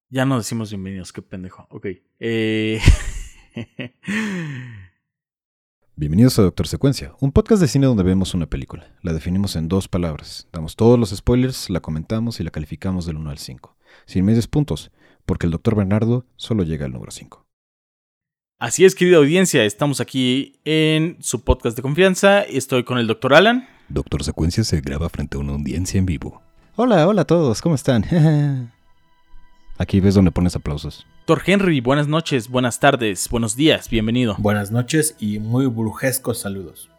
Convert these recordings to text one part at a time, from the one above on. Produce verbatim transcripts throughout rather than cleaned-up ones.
Ya no decimos bienvenidos, qué pendejo. Ok. Eh... Bienvenidos a Doctor Secuencia, un podcast de cine donde vemos una película. La definimos en dos palabras. Damos todos los spoilers, la comentamos y la calificamos del uno al cinco. Sin medios puntos, porque el doctor Bernardo solo llega al número cinco. Así es, querida audiencia, estamos aquí en su podcast de confianza. Estoy con el doctor Alan. Doctor Secuencia se graba frente a una audiencia en vivo. Hola, hola a todos, ¿cómo están? Aquí ves donde pones aplausos. Doctor Henry, buenas noches, buenas tardes, buenos días, bienvenido. Buenas noches y muy brujescos saludos.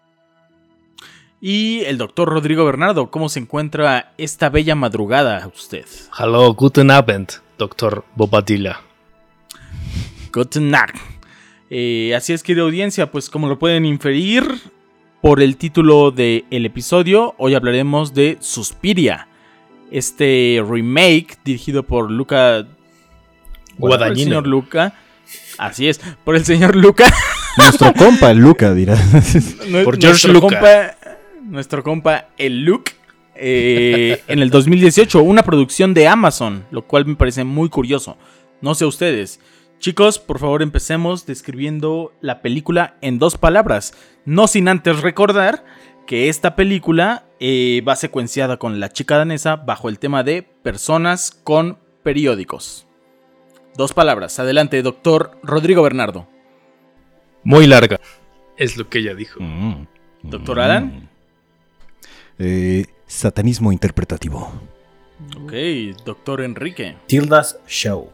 Y el doctor Rodrigo Bernardo, ¿cómo se encuentra esta bella madrugada usted? Hallo, guten Abend, doctor Bobadilla. Guten Nacht. Eh, así es, querida audiencia, pues como lo pueden inferir por el título del episodio, hoy hablaremos de Suspiria. Este remake dirigido por Luca... Bueno, por el señor Luca. Así es, por el señor Luca. Nuestro compa, el Luca, dirá. Por George nuestro Luca. Compa, nuestro compa, el Luke. Eh, en el dos mil dieciocho, una producción de Amazon, lo cual me parece muy curioso. No sé ustedes. Chicos, por favor empecemos describiendo la película en dos palabras. No sin antes recordar que esta película eh, va secuenciada con La chica danesa bajo el tema de personas con periódicos. Dos palabras. Adelante, doctor Rodrigo Bernardo. Muy larga, es lo que ella dijo. Mm, ¿Doctor Alan? Eh, satanismo interpretativo. Ok, doctor Enrique. Tilda's Show.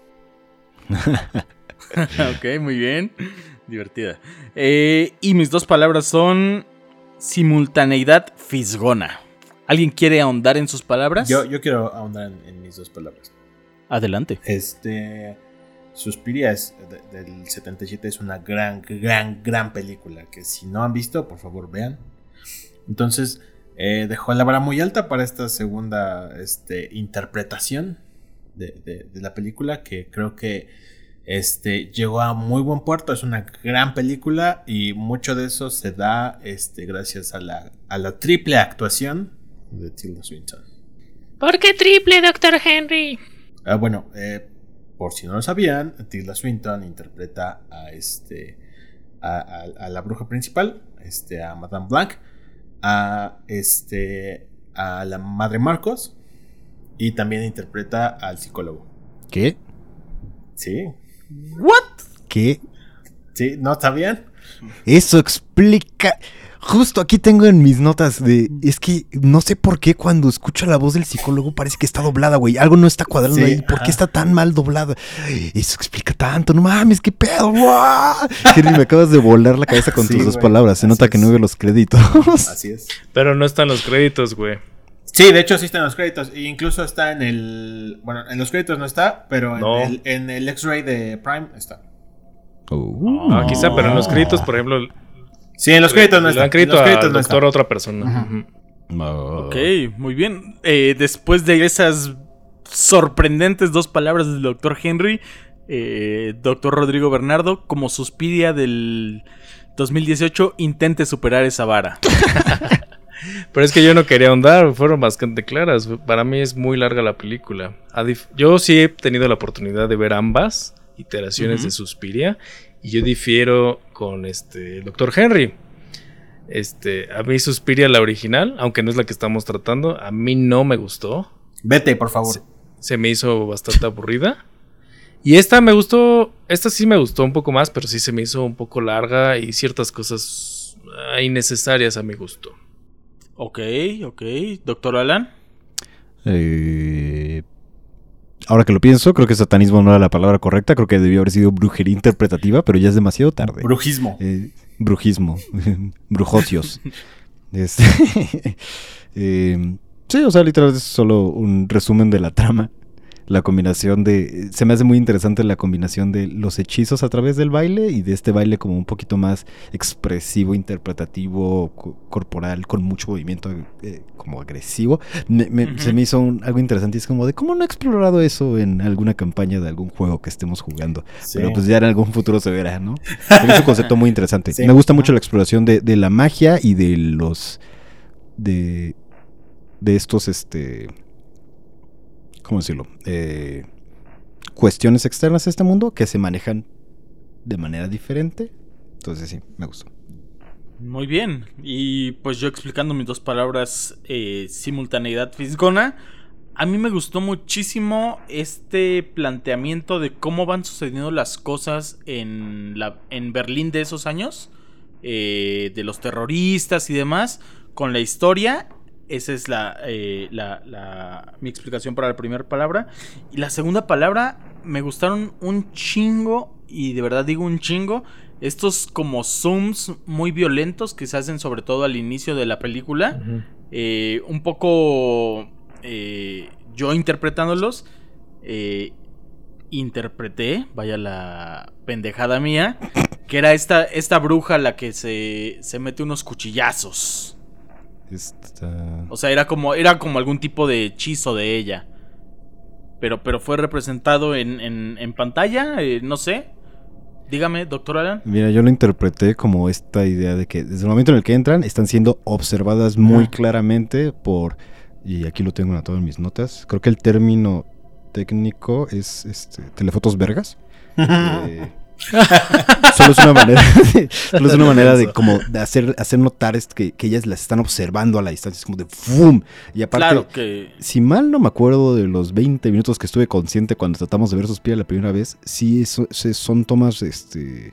Ok, muy bien. Divertida. Eh, y mis dos palabras son simultaneidad fisgona. ¿Alguien quiere ahondar en sus palabras? Yo, yo quiero ahondar en, en mis dos palabras. Adelante. Este. Suspiria es de, del setenta y siete, es una gran, gran, gran película que si no han visto, por favor vean. Entonces, eh, dejó la vara muy alta para esta segunda este, interpretación de, de, de la película, que creo que este, llegó a muy buen puerto. Es una gran película y mucho de eso se da este, gracias a la, a la triple actuación de Tilda Swinton. ¿Por qué triple, doctor Henry? Ah, bueno, eh, por si no lo sabían, Tilda Swinton interpreta a este a, a, a la bruja principal, este, a Madame Blanc, a este a la madre Marcos y también interpreta al psicólogo. ¿Qué? Sí, ¿What? ¿Qué? sí, ¿no sabían? Eso explica... Justo aquí tengo en mis notas de... Es que no sé por qué cuando escucho la voz del psicólogo parece que está doblada, güey. Algo no está cuadrando Sí, ahí. ¿Por qué ajá. está tan mal doblada? Eso explica tanto. No mames, qué pedo. ¡Guau! Henry, me acabas de volar la cabeza con Sí, tus dos güey, palabras. Se así nota que es. no veo los créditos. Así es. Pero no están los créditos, güey. Sí, de hecho sí está en los créditos. E incluso está en el... Bueno, en los créditos no está, pero en No. el, en el X-Ray de Prime está. Uh. Ah, quizá, pero en los créditos, por ejemplo, Sí, en los créditos no le está. dan En crédito los al créditos no doctor está. a otra persona. Ujú. Ujú. Oh. Ok, muy bien. Eh, después de esas sorprendentes dos palabras del doctor Henry, eh, doctor Rodrigo Bernardo, como Suspiria del dos mil dieciocho, intente superar esa vara. Pero es que yo no quería ahondar, fueron bastante claras. Para mí es muy larga la película. A dif- Yo sí he tenido la oportunidad de ver ambas iteraciones Ujú. de Suspiria. Y yo difiero con este el doctor Henry. Este, a mí Suspiria, la original, aunque no es la que estamos tratando, a mí no me gustó. Vete, por favor. Se, se me hizo bastante aburrida. Y esta me gustó, esta sí me gustó un poco más, pero sí se me hizo un poco larga y ciertas cosas ah, innecesarias a mi gusto. Ok, ok. Doctor Alan. Eh, ahora que lo pienso, creo que satanismo no era la palabra correcta. Creo que debió haber sido brujería interpretativa, pero ya es demasiado tarde. Brujismo. Eh, brujismo. Brujocios. Este, eh, sí, o sea, literal es solo un resumen de la trama. La combinación de... Se me hace muy interesante la combinación de los hechizos a través del baile y de este baile como un poquito más expresivo, interpretativo, co- corporal, con mucho movimiento eh, como agresivo. Me, me, Ujú. Se me hizo un- algo interesante y es como de cómo no he explorado eso en alguna campaña de algún juego que estemos jugando. Sí. Pero pues ya en algún futuro se verá, ¿no? Pero es un concepto muy interesante. Sí. Me gusta mucho la exploración de, de la magia y de los... de... de estos, este... ¿cómo decirlo? Eh, cuestiones externas a este mundo que se manejan de manera diferente. Entonces sí, me gustó. Muy bien. Y pues yo explicando mis dos palabras, eh, simultaneidad fisgona. A mí me gustó muchísimo este planteamiento de cómo van sucediendo las cosas en, la, en Berlín de esos años, eh, de los terroristas y demás, con la historia. Esa es la, eh, la, la mi explicación para la primera palabra. Y la segunda palabra, me gustaron un chingo, y de verdad digo un chingo, estos como zooms muy violentos que se hacen sobre todo al inicio de la película. Uh-huh. eh, un poco... Eh, yo interpretándolos, eh, interpreté, vaya la pendejada mía, que era esta, esta bruja la que se, se mete unos cuchillazos. Esta... O sea, era como, era como algún tipo de hechizo de ella. Pero, pero fue representado en, en, en pantalla, eh, no sé. Dígame, doctor Alan. Mira, yo lo interpreté como esta idea de que desde el momento en el que entran están siendo observadas muy ah. claramente por... Y aquí lo tengo anotado en mis notas. Creo que el término técnico es este, telefotos vergas. eh, solo es una manera, de, solo es una manera de como de hacer, hacer notar que, que ellas las están observando a la distancia. Es como de ¡fum! Y aparte, claro que... si mal no me acuerdo de los veinte minutos que estuve consciente cuando tratamos de ver Suspiria la primera vez, sí eso, son tomas este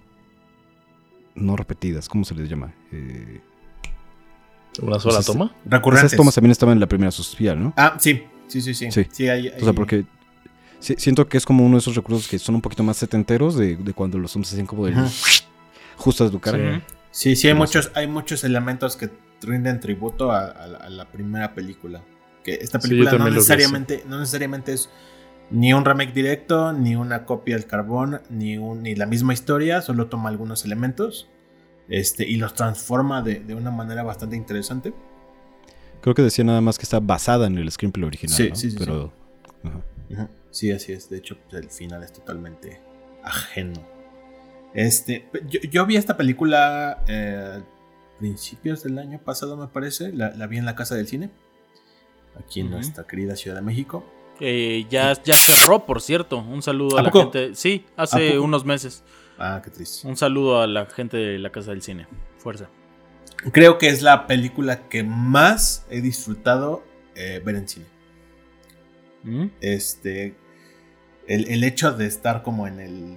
no repetidas. ¿Cómo se les llama? Eh... ¿Una sola Entonces, toma? Recurrentes. Esas tomas también estaban en la primera Suspiria, ¿no? Ah, sí. Sí, sí, sí. Sí, sí hay, hay... O sea, porque sí, siento que es como uno de esos recursos que son un poquito más setenteros de, de cuando los zooms se hacen como de uh-huh. justo a tu cara. Sí, sí, sí hay, muchos, hay muchos elementos que rinden tributo a, a, la, a la primera película. Que esta película sí, no, necesariamente, no necesariamente es ni un remake directo, ni una copia del carbón, ni, un, ni la misma historia, solo toma algunos elementos. Este, y los transforma de, de una manera bastante interesante. Creo que decía nada más que está basada en el screenplay original, sí, ¿no? sí, sí, Pero, sí. Uh-huh. Uh-huh. Sí, así es. De hecho, pues, el final es totalmente ajeno. Este, yo, yo vi esta película eh, principios del año pasado, me parece. La, la vi en la Casa del Cine, aquí en uh-huh. nuestra querida Ciudad de México. Eh, ya, ya cerró, por cierto. Un saludo a, ¿A la poco? gente. Sí, hace unos meses. Ah, qué triste. Un saludo a la gente de la Casa del Cine. Fuerza. Creo que es la película que más he disfrutado eh, ver en cine. ¿Mm? Este. El, el hecho de estar como en el.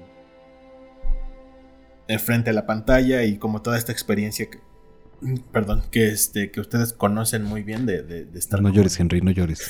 el frente de la pantalla y como toda esta experiencia que. Perdón, que este que ustedes conocen muy bien de, de, de estar. No llores, Henry, no llores.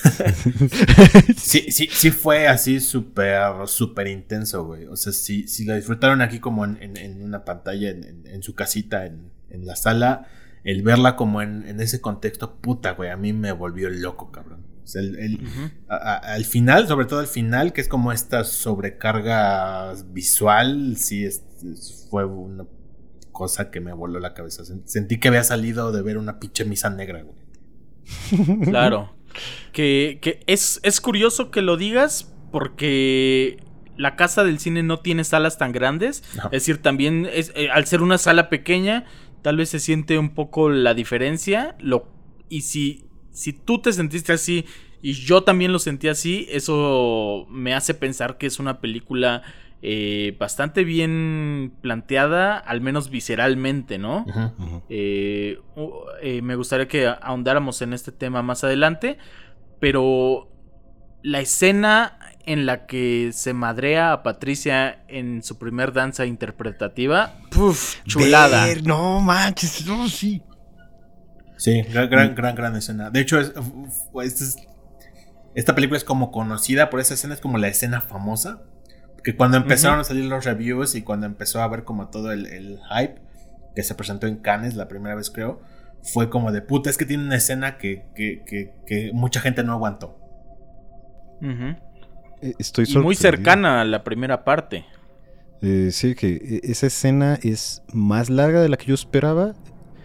sí, sí, sí fue así súper, súper intenso, güey. O sea, si, si lo disfrutaron aquí como en, en, en una pantalla, en, en, en su casita, en, en la sala, el verla como en, en ese contexto, puta, güey, a mí me volvió loco, cabrón. O sea, el, el, uh-huh. a, a, al final, sobre todo al final, que es como esta sobrecarga visual, sí, es, es, fue una cosa que me voló la cabeza. Sentí que había salido de ver una pinche misa negra, güey. Claro. Que, que es, es curioso que lo digas porque la Casa del Cine no tiene salas tan grandes. No. Es decir, también es, eh, al ser una sala pequeña, tal vez se siente un poco la diferencia. Lo, y si, si tú te sentiste así y yo también lo sentí así, eso me hace pensar que es una película Eh, bastante bien planteada, al menos visceralmente, ¿no? Uh-huh, uh-huh. Eh, uh, eh, me gustaría que ahondáramos en este tema más adelante, pero la escena en la que se madrea a Patricia en su primer danza interpretativa, ¡puf! Chulada. Ver, no manches, no, sí. Sí, gran, gran, gran, gran escena. De hecho, es, es, esta película es como conocida por esa escena, es como la escena famosa. Que cuando empezaron uh-huh. a salir los reviews y cuando empezó a ver como todo el, el hype que se presentó en Cannes la primera vez, creo, fue como de puta, es que tiene una escena que, que, que, que mucha gente no aguantó. Uh-huh. Estoy y muy cercana a la primera parte. Eh, sí, que esa escena es más larga de la que yo esperaba.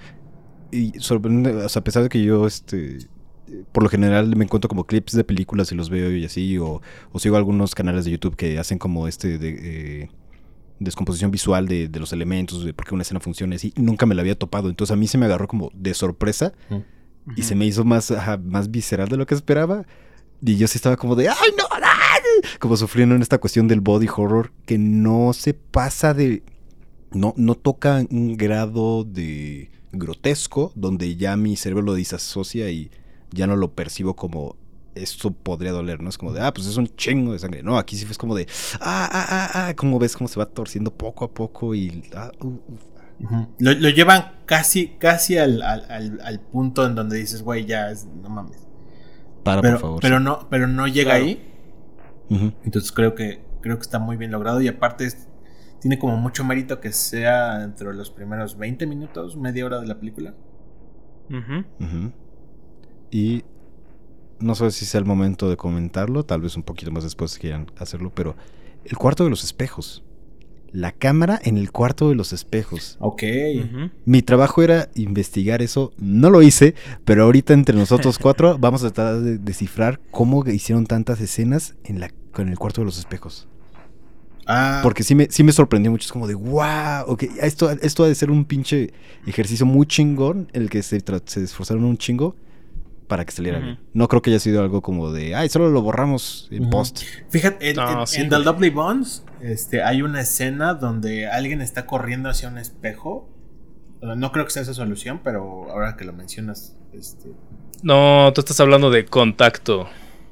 Y sorprende, o sea, a pesar de que yo este por lo general me encuentro como clips de películas y los veo y así, o, o sigo algunos canales de YouTube que hacen como este de eh, descomposición visual de, de los elementos, de por qué una escena funciona así, y nunca me la había topado, entonces a mí se me agarró como de sorpresa uh-huh. y se me hizo más, ajá, más visceral de lo que esperaba, y yo sí estaba como de ¡ay, no! ¡ay! como sufriendo en esta cuestión del body horror que no se pasa de... No, no toca un grado de grotesco donde ya mi cerebro lo disasocia y ya no lo percibo como esto podría doler, ¿no? Es como de, ah, pues es un chingo de sangre. No, aquí sí fue como de, ah, ah, ah, ah, como ves cómo se va torciendo poco a poco y... Ah, uh, uh. Uh-huh. Lo, lo llevan casi, casi al, al, al, al punto en donde dices, güey, ya, es, no mames. Para, pero, por favor. Pero, sí. no, pero no llega Claro. ahí. Uh-huh. Entonces creo que, creo que está muy bien logrado y aparte es, tiene como mucho mérito que sea entre los primeros veinte minutos, media hora de la película. Uh-huh. Uh-huh. Y no sé si sea el momento de comentarlo, tal vez un poquito más después quieran hacerlo, pero el cuarto de los espejos. La cámara en el cuarto de los espejos. Ok. Uh-huh. Mi trabajo era investigar eso, no lo hice, pero ahorita entre nosotros cuatro vamos a tratar de descifrar cómo hicieron tantas escenas en, la, en el cuarto de los espejos. Ah, Porque sí me, sí me sorprendió mucho, es como de wow, okay, esto, esto ha de ser un pinche ejercicio muy chingón, en el que se, tra- se esforzaron un chingo para que saliera Ujú. bien. No creo que haya sido algo como de, ay, solo lo borramos en Ujú. post. fíjate, en, No, en- sí, en güey. The Lovely Bones este, hay una escena donde alguien está corriendo hacia un espejo. No creo que sea esa solución, pero ahora que lo mencionas, este, No, tú estás hablando de Contacto.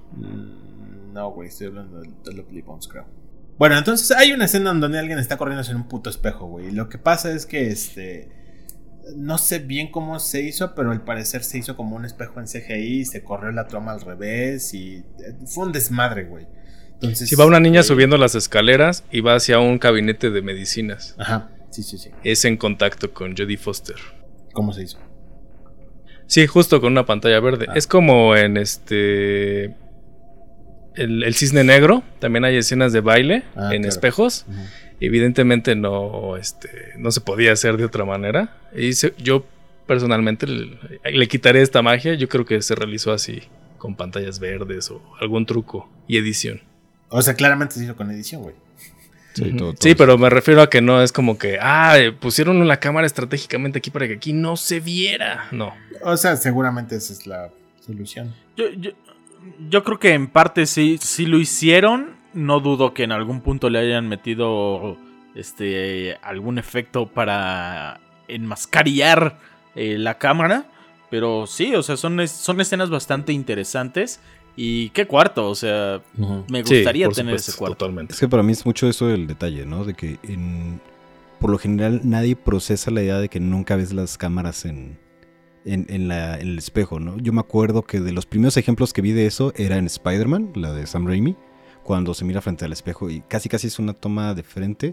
mm, no, güey, estoy hablando de The Lovely Bones, creo. Bueno, entonces hay una escena en donde alguien está corriendo hacia un puto espejo, güey. Y lo que pasa es que, este, no sé bien cómo se hizo, pero al parecer se hizo como un espejo en C G I y se corrió la toma al revés y fue un desmadre, güey. Entonces, Si va una niña güey, subiendo las escaleras y va hacia un gabinete de medicinas. Ajá, sí, sí, sí. Es en Contacto con Jodie Foster. ¿Cómo se hizo? Sí, justo con una pantalla verde. Ah. Es como en este... El, el Cisne Negro. También hay escenas de baile Ah, en claro. espejos. Ujú. Evidentemente no, este, no se podía hacer de otra manera. Y se- yo personalmente le, le quitaré esta magia. Yo creo que se realizó así, con pantallas verdes o algún truco y edición. O sea, claramente se hizo con edición, güey. Sí, Ujú. todo- todo Sí, eso. pero me refiero a que no es como que, ah, eh, pusieron la cámara estratégicamente aquí para que aquí no se viera. No. O sea, seguramente esa es la solución. Yo, yo, yo creo que en parte sí, sí lo hicieron. No dudo que en algún punto le hayan metido este algún efecto para enmascarillar eh, la cámara. Pero sí, o sea, son, es- son escenas bastante interesantes. Y qué cuarto, o sea, me Sí, gustaría por tener supuesto, ese cuarto. totalmente. Es que para mí es mucho eso el detalle, ¿no? De que en, por lo general nadie procesa la idea de que nunca ves las cámaras en, en, en, la, en el espejo, ¿no? Yo me acuerdo que de los primeros ejemplos que vi de eso era en Spider-Man, la de Sam Raimi, cuando se mira frente al espejo y casi casi es una toma de frente,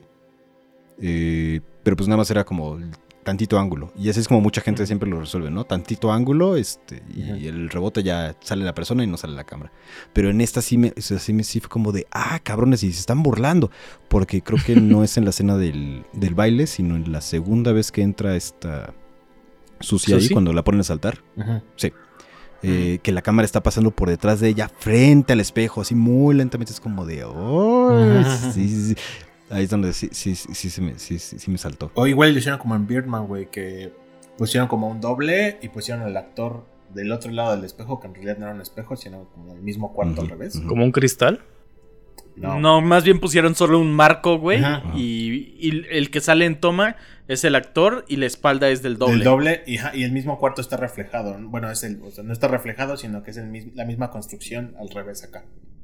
eh, pero pues nada más era como tantito ángulo. Y así es como mucha gente siempre lo resuelve, ¿no? Tantito ángulo este, y Ujú. el rebote ya sale la persona y no sale la cámara. Pero en esta sí me, o sea, sí me sí fue como de, ah, cabrones, y se están burlando. Porque creo que no es en la escena del, del baile, sino en la segunda vez que entra esta Susie ahí, ¿Susie? cuando la ponen a saltar. Ujú. Sí. Eh, que la cámara está pasando por detrás de ella, frente al espejo, así muy lentamente. Es como de, oh, Ajá. sí, sí, sí. Ahí es donde sí, sí, sí, sí, se me, sí, sí, sí me saltó. O igual lo hicieron como en Birdman, güey, que pusieron como un doble y pusieron al actor del otro lado del espejo, que en realidad no era un espejo, sino como el mismo cuarto Ujú, al revés. ujú. ¿Como un cristal? No. más bien pusieron solo un marco, güey. Ajá. Y, y el que sale en toma es el actor y la espalda es del doble. Del doble y, ajá, y el mismo cuarto está reflejado. Bueno, es el, o sea, no está reflejado, sino que es el mis- la misma construcción al revés acá.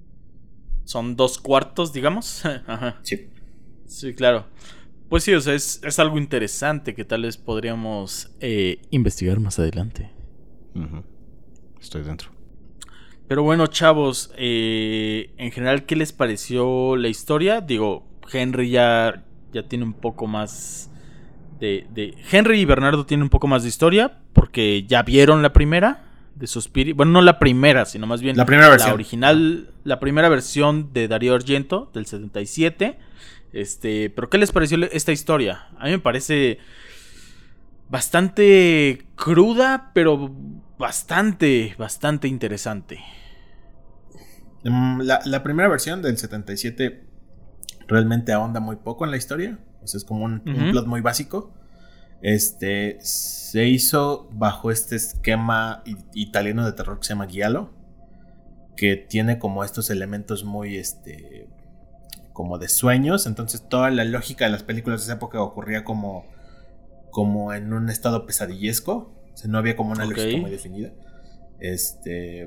Son dos cuartos, digamos. Ajá. Sí. Sí, claro. Pues sí, o sea, es, es algo interesante que tal vez podríamos eh, investigar más adelante. Ujú. Estoy dentro. Pero bueno, chavos, eh, en general, ¿qué les pareció la historia? Digo, Henry ya, ya tiene un poco más de, de... Henry y Bernardo tienen un poco más de historia porque ya vieron la primera de Suspiria. Bueno, no la primera, sino más bien La primera versión. la original, la primera versión de Darío Argento del setenta y siete. Este, pero ¿qué les pareció esta historia? A mí me parece bastante cruda, pero bastante, bastante interesante. Mm, La, la primera versión del setenta y siete realmente ahonda muy poco en la historia. O sea, es como un, un Ujú. plot muy básico. Este se hizo bajo este esquema i- italiano de terror que se llama Giallo. que tiene como estos elementos muy, este, como de sueños. Entonces toda la lógica de las películas de esa época ocurría como, como en un estado pesadillesco. O sea, no había como una Okay. lógica muy definida. Este,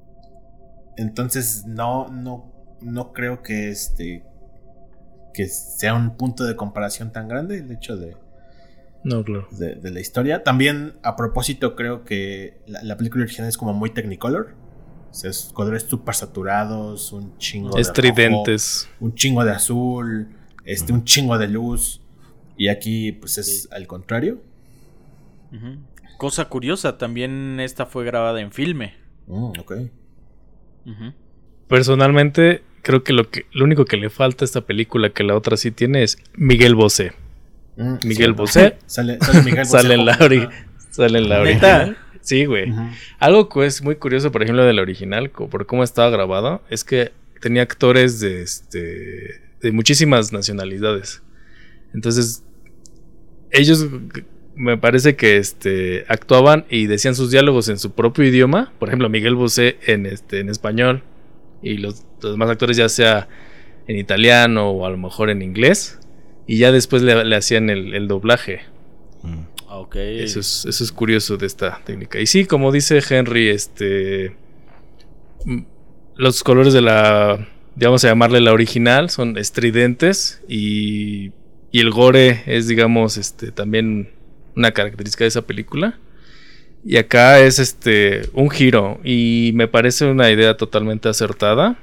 entonces no, no, no creo que este, que sea un punto de comparación tan grande el hecho de, No, claro. de, de la historia. También, a propósito, creo que la, la película original es como muy Technicolor. O sea, es colores súper saturados, un chingo de Estridentes. rojo, un chingo de azul, este, un chingo de luz. Y aquí, pues, es al contrario. Uh-huh. Cosa curiosa, también esta fue grabada en filme. Mm, ok. Uh-huh. Personalmente, creo que lo que lo único que le falta a esta película que la otra sí tiene es Miguel Bosé. Mm, Miguel sí, Bosé sale, sale Miguel Bosé. sale en la, ori- sale en la ¿Neta? original. Sí, güey. Uh-huh. Algo que es muy curioso, por ejemplo, de la original, co- por cómo estaba grabado, es que tenía actores de este de muchísimas nacionalidades. Entonces, ellos g- me parece que este actuaban y decían sus diálogos en su propio idioma. Por ejemplo, Miguel Bosé en este en español y los, los demás actores ya sea en italiano o a lo mejor en inglés. Y ya después le, le hacían el, el doblaje. Mm. Ok. Eso es, eso es curioso de esta técnica. Y sí, como dice Henry, este mm, los colores de la, digamos a llamarle la original, son estridentes y, y el gore es, digamos, este también una característica de esa película. Y acá es este un giro y me parece una idea totalmente acertada.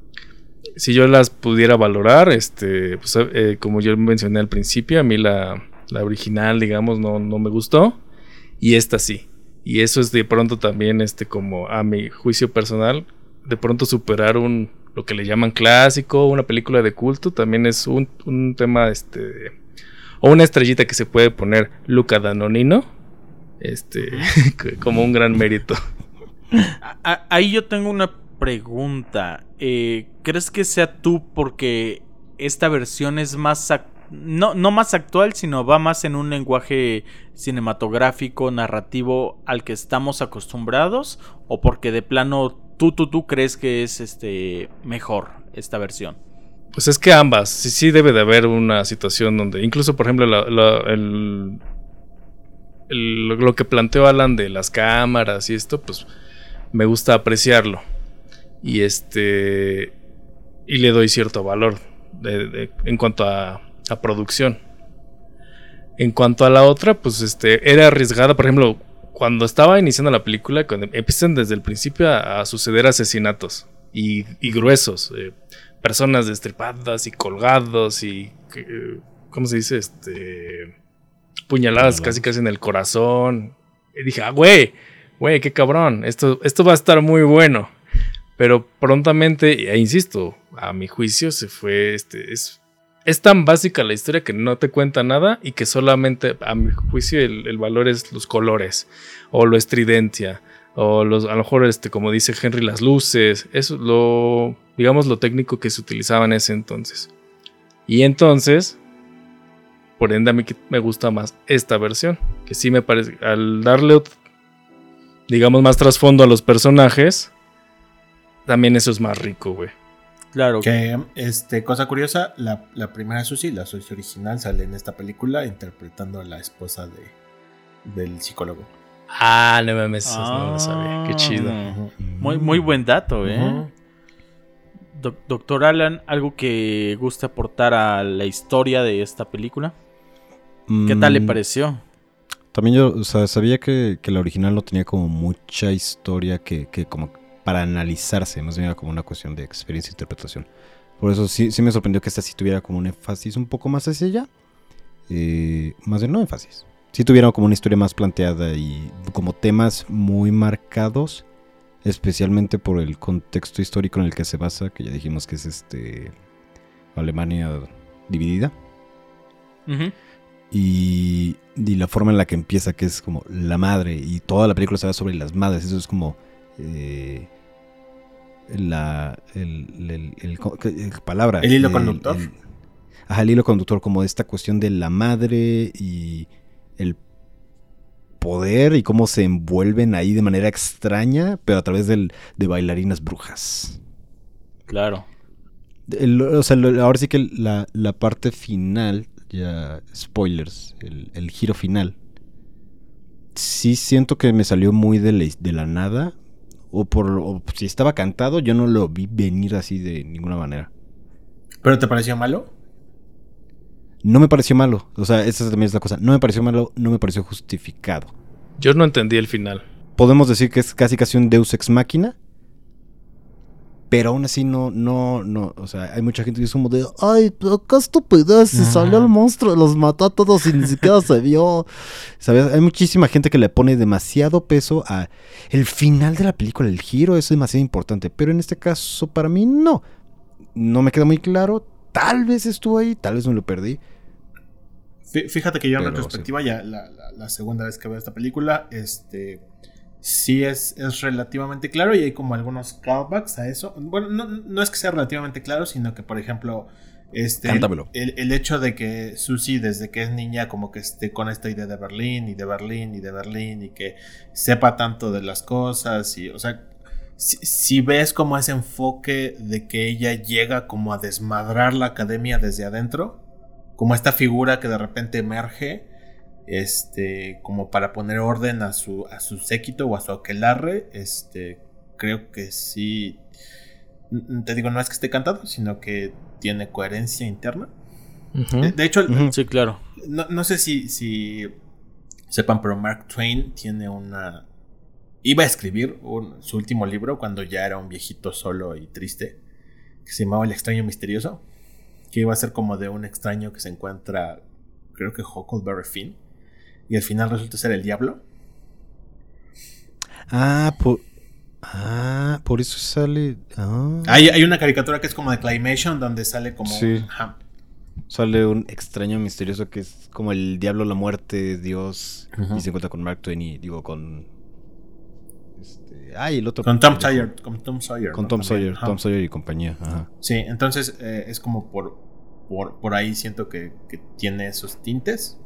Si yo las pudiera valorar, este, pues, eh, como yo mencioné al principio, a mí la, la original, digamos, no, no me gustó. Y esta sí. Y eso es de pronto también, este, como a mi juicio personal, de pronto superar un lo que le llaman clásico, una película de culto, también es un, un tema, este, o una estrellita que se puede poner Luca Danonino, este, como un gran mérito. A- a- ahí yo tengo una pregunta. Eh, ¿Crees que sea tú porque esta versión es más ac- no, no más actual, sino va más en un lenguaje cinematográfico, narrativo al que estamos acostumbrados? ¿O porque de plano tú, tú, tú crees que es este mejor esta versión? Pues es que ambas, sí, sí debe de haber una situación donde, incluso por ejemplo, la, la- el, el- lo que planteó Alan de las cámaras y esto, pues me gusta apreciarlo. Y este y le doy cierto valor de, de, en cuanto a, a producción. En cuanto a la otra, pues este era arriesgada, por ejemplo, cuando estaba iniciando la película, cuando empiezan desde el principio a, a suceder asesinatos y, y gruesos, eh, personas destripadas y colgados y eh, ¿cómo se dice? Este puñaladas casi casi en el corazón. Y dije, ah, güey, güey, qué cabrón, esto, esto va a estar muy bueno. Pero prontamente, e insisto, a mi juicio se fue, este, es, es tan básica la historia que no te cuenta nada y que solamente, a mi juicio, el, el valor es los colores o lo estridencia o los, a lo mejor, este, como dice Henry, las luces, eso, lo, digamos, lo técnico que se utilizaba en ese entonces. Y entonces, por ende, a mí me gusta más esta versión, que sí me parece, al darle, digamos, más trasfondo a los personajes, también eso es más rico, güey. Claro. Que, este, cosa curiosa, la, la primera Susie, la Susie original, sale en esta película interpretando a la esposa de, del psicólogo. Ah, no mames, eso Ah, no lo sabía. Qué chido. Ujú. Muy, muy buen dato, ¿eh? Ujú. Doc- Doctor Alan, ¿algo que guste aportar a la historia de esta película? ¿Qué tal le Mm, pareció? También yo, o sea, sabía que, que la original no tenía como mucha historia que, que como para analizarse, más bien era como una cuestión de experiencia e interpretación. Por eso sí, sí me sorprendió que esta sí tuviera como un énfasis un poco más hacia allá. Eh, más bien no énfasis. Sí tuviera como una historia más planteada y como temas muy marcados, especialmente por el contexto histórico en el que se basa, que ya dijimos que es este Alemania dividida. Ujú. Y, y la forma en la que empieza, que es como la madre, y toda la película se va sobre las madres. Eso es como eh, la el, el, el, el- el- palabra. ¿El hilo conductor? el- ajá, el hilo conductor, como esta cuestión de la madre y el poder y cómo se envuelven ahí de manera extraña, pero a través del, de bailarinas brujas. Claro. El, o sea, lo, ahora sí que la, la parte final, ya spoilers, el, el giro final, sí siento que me salió muy de la, de la nada, o por o si estaba cantado, yo no lo vi venir así de ninguna manera. ¿Pero te pareció malo? No me pareció malo, o sea, esa también es la cosa, no me pareció malo, no me pareció justificado. Yo no entendí el final. Podemos decir que es casi casi un Deus Ex Machina, pero aún así no, no, no, o sea, hay mucha gente que es como de, ay, pero qué estupidez, se salió el monstruo, los mató a todos y ni siquiera se vio. ¿Sabes? Hay muchísima gente que le pone demasiado peso a el final de la película, el giro es demasiado importante, pero en este caso para mí no, no me queda muy claro, tal vez estuvo ahí, tal vez me lo perdí. Fíjate que yo en Pero, retrospectiva, sí. ya la, la, la segunda vez que veo esta película, este... sí es, es relativamente claro y hay como algunos callbacks a eso. Bueno, no, no es que sea relativamente claro, sino que, por ejemplo, este el, el, el hecho de que Susie desde que es niña como que esté con esta idea de Berlín y de Berlín y de Berlín y que sepa tanto de las cosas y, o sea, si, si ves como ese enfoque de que ella llega como a desmadrar la academia desde adentro, como esta figura que de repente emerge, este, como para poner orden a su, a su séquito o a su aquelarre, este, creo que sí, te digo, no es que esté cantado, sino que tiene coherencia interna. Uh-huh. De, de hecho, uh-huh. sí, claro. No, no sé si, si sepan, pero Mark Twain tiene una, iba a escribir un, su último libro cuando ya era un viejito solo y triste, que se llamaba El extraño misterioso, que iba a ser como de un extraño que se encuentra, creo que Huckleberry Finn, y al final resulta ser el diablo. Ah, por, ah, por eso sale. Ah. Hay, hay una caricatura que es como de Claymation, donde sale como. Sí. Ajá. Sale un extraño misterioso que es como el diablo, la muerte, Dios. Uh-huh. Y se encuentra con Mark Twain y digo con. Este, ay, el otro. Con Tom Sawyer. Con Tom Sawyer. Con ¿no? Tom Sawyer, Tom Sawyer y compañía. Ajá. Sí, entonces eh, es como por, por, por ahí siento que, que tiene esos tintes.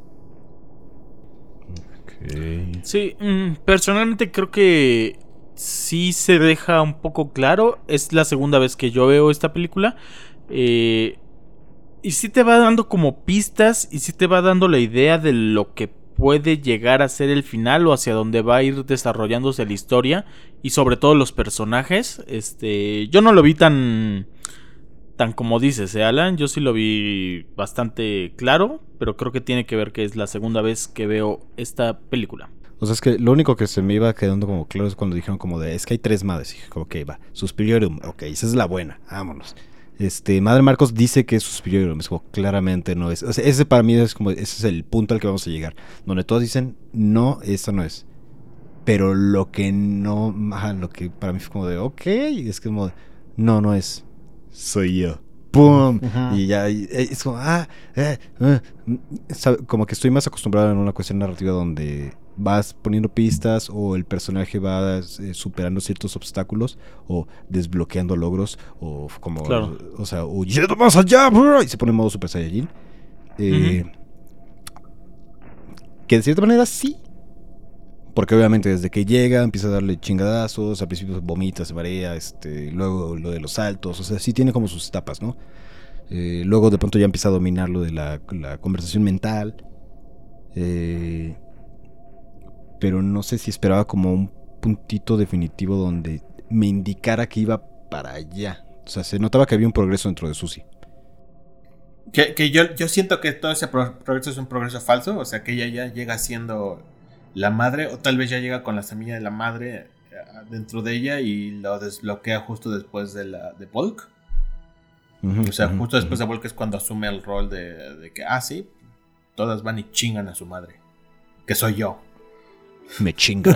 Okay. Sí, mm, personalmente creo que sí se deja un poco claro. Es la segunda vez que yo veo esta película. Eh, y sí te va dando como pistas y sí te va dando la idea de lo que puede llegar a ser el final o hacia dónde va a ir desarrollándose la historia. Y sobre todo los personajes. Este, yo no lo vi tan... Tan como dices, ¿eh, Alan? Yo sí lo vi bastante claro, pero creo que tiene que ver que es la segunda vez que veo esta película. O sea, es que lo único que se me iba quedando como claro es cuando dijeron como de, es que hay tres madres. Y dije, ok, va, Suspiriorum, ok, esa es la buena, vámonos. Este, Madre Marcos dice que es Suspiriorum, es como, claramente no es. O sea, ese para mí es como, ese es el punto al que vamos a llegar. Donde todos dicen, no, esta no es. Pero lo que no, ajá, lo que para mí fue como de, ok, es como, no, no es. Soy yo. ¡Pum! Uh-huh. Y ya es como, ah, eh, eh, como que estoy más acostumbrado en una cuestión narrativa donde vas poniendo pistas o el personaje va eh, superando ciertos obstáculos o desbloqueando logros o como, claro. o sea, o yendo más allá, bro, y se pone en modo Super Saiyajin. Eh, uh-huh. Que de cierta manera sí. Porque obviamente desde que llega empieza a darle chingadazos, al principio vomita, se marea, este, luego lo de los saltos, o sea, sí tiene como sus etapas, ¿no? Eh, luego de pronto ya empieza a dominar lo de la, la conversación mental. Eh, pero no sé si esperaba como un puntito definitivo donde me indicara que iba para allá. O sea, se notaba que había un progreso dentro de Susie. Que, que yo, yo siento que todo ese pro- progreso es un progreso falso, o sea, que ella ya llega siendo... la madre, o tal vez ya llega con la semilla de la madre dentro de ella y lo desbloquea justo después de la de Bulk. Uh-huh, o sea, uh-huh, justo después uh-huh. de Bulk es cuando asume el rol de, de que, ah, sí, todas van y chingan a su madre, que soy yo. Me chingan.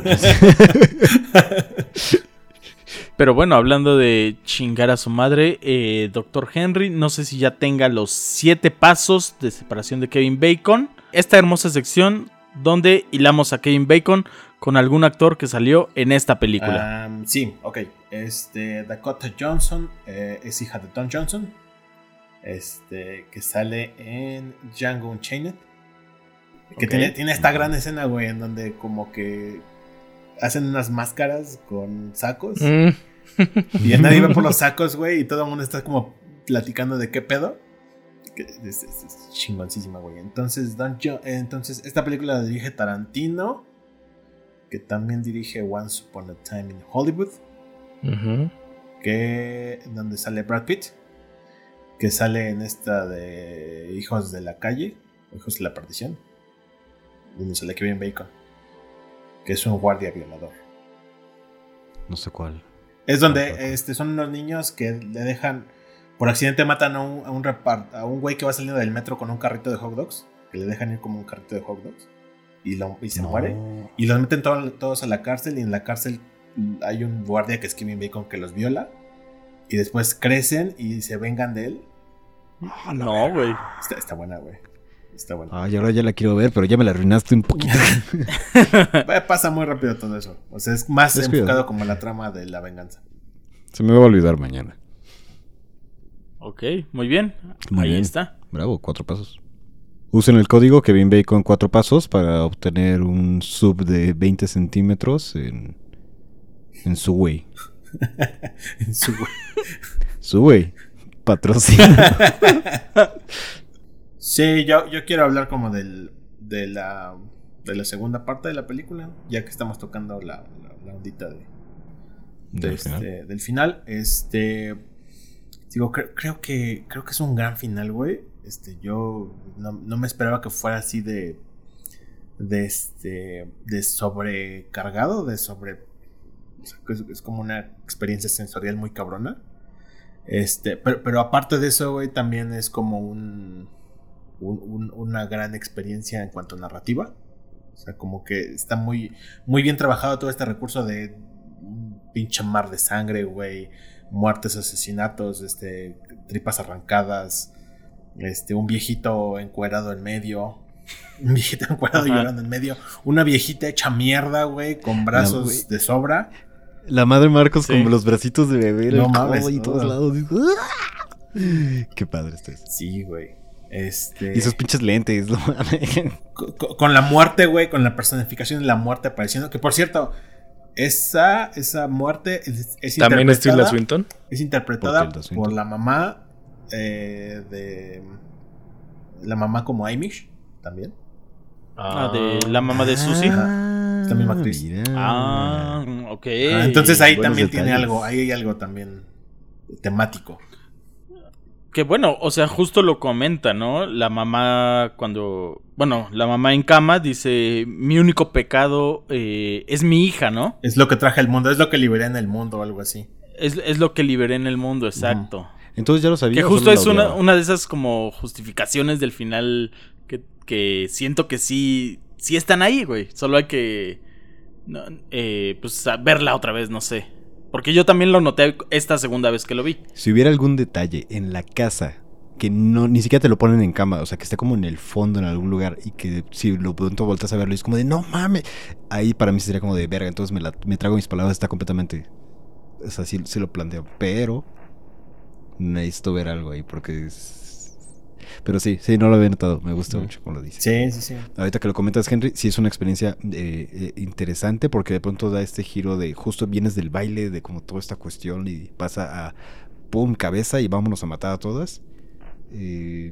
Pero bueno, hablando de chingar a su madre, eh, doctor Henry, no sé si ya tenga los siete pasos de separación de Kevin Bacon. Esta hermosa sección donde hilamos a Kevin Bacon con algún actor que salió en esta película. Um, sí, ok. Este, Dakota Johnson eh, es hija de Don Johnson, este, que sale en Django Unchained. Que Ok. tiene, tiene esta gran escena, güey, en donde como que hacen unas máscaras con sacos. Mm. Y nadie va por los sacos, güey, y todo el mundo está como platicando de qué pedo. Que es, es- es chingoncísima, güey. Entonces, Don Jo- entonces, esta película la dirige Tarantino, que también dirige Once Upon a Time in Hollywood, Ujú. que donde sale Brad Pitt, que sale en esta de Hijos de la Calle, Hijos de la Perdición, donde sale Kevin Bacon, que es un guardia violador. No sé cuál. Es donde este, son unos niños que le dejan, por accidente matan a un, a un repart, a un güey que va saliendo del metro con un carrito de hot dogs, que le dejan ir como un carrito de hot dogs, y, lo, y se No. muere, y los meten to- todos a la cárcel, y en la cárcel hay un guardia que es Kevin Bacon que los viola, y después crecen y se vengan de él. No, güey. Está, está buena, güey. Está buena. Ay, ahora ya la quiero ver, pero ya me la arruinaste un poquito. Eh, Pasa muy rápido todo eso. O sea, es más Descuida. enfocado como la trama de la venganza. Se me va a olvidar mañana. Ok, muy bien. Muy Ahí bien. está. Bravo, cuatro pasos. Usen el código Kevin Bacon cuatro pasos para obtener un sub de veinte centímetros en, en Subway. En su- Subway, patrocina. Sí, yo, yo quiero hablar como del, de, la, de la segunda parte de la película, ya que estamos tocando la, la, la ondita de, de Del este- final. del final. Este, digo, cre- creo, que, creo que es un gran final, güey. Este, yo no, no me esperaba que fuera así de, de, este, de sobrecargado, de sobre... o sea, que es, es como una experiencia sensorial muy cabrona. Este, pero, pero aparte de eso, güey, también es como un, un- un- una gran experiencia en cuanto a narrativa. O sea, como que está muy, muy bien trabajado todo este recurso de un pinche mar de sangre, güey, muertes, asesinatos, este, tripas arrancadas, este, un viejito encuerado en medio, un viejito encuerado y Ajá. llorando en medio, una viejita hecha mierda, güey, con brazos güey. de sobra. La madre Marcos Sí. con los bracitos de bebé, No el mames, codo y todos oh. lados. Qué padre está eso. Sí, güey. Este. Y esos pinches lentes, no mames. co- co- con la muerte, güey, con la personificación de la muerte apareciendo. Que por cierto, esa, esa muerte es, es También es Tilda interpretada, Swinton. es interpretada Por por, Tilda Swinton. la mamá eh, de. La mamá como Amish también. Ah, de la mamá de Susie. Ajá. Es la misma actriz. Mira. Ah, ok. Ah, entonces ahí buenos también tiene detalles. algo, ahí hay algo también temático. Que bueno, o sea, justo lo comenta, ¿no? La mamá cuando... Bueno, la mamá en cama dice, mi único pecado eh, es mi hija, ¿no? Es lo que traje al mundo, es lo que liberé en el mundo o algo así. Es, es lo que liberé en el mundo, exacto. Entonces ya lo sabía. Que o justo solo la es una, odiaba? una de esas como justificaciones del final que, que siento que sí, sí están ahí, güey. Solo hay que no, eh, pues a- verla otra vez, no sé. Porque yo también lo noté esta segunda vez que lo vi. Si hubiera algún detalle en la casa que no ni siquiera te lo ponen en cama, o sea, que esté como en el fondo en algún lugar y que si lo pronto volteas a verlo y es como de no mames, ahí para mí sería como de verga, entonces me, la, me trago mis palabras, está completamente, o sea, sí, sí lo planteo, pero necesito ver algo ahí porque es... Pero sí, sí, no lo había notado, me gusta Mm. mucho como lo dices. Sí, sí, sí. Ahorita que lo comentas, Henry, sí es una experiencia eh, eh, interesante porque de pronto da este giro de justo vienes del baile, de como toda esta cuestión y pasa a pum, cabeza y vámonos a matar a todas. Eh,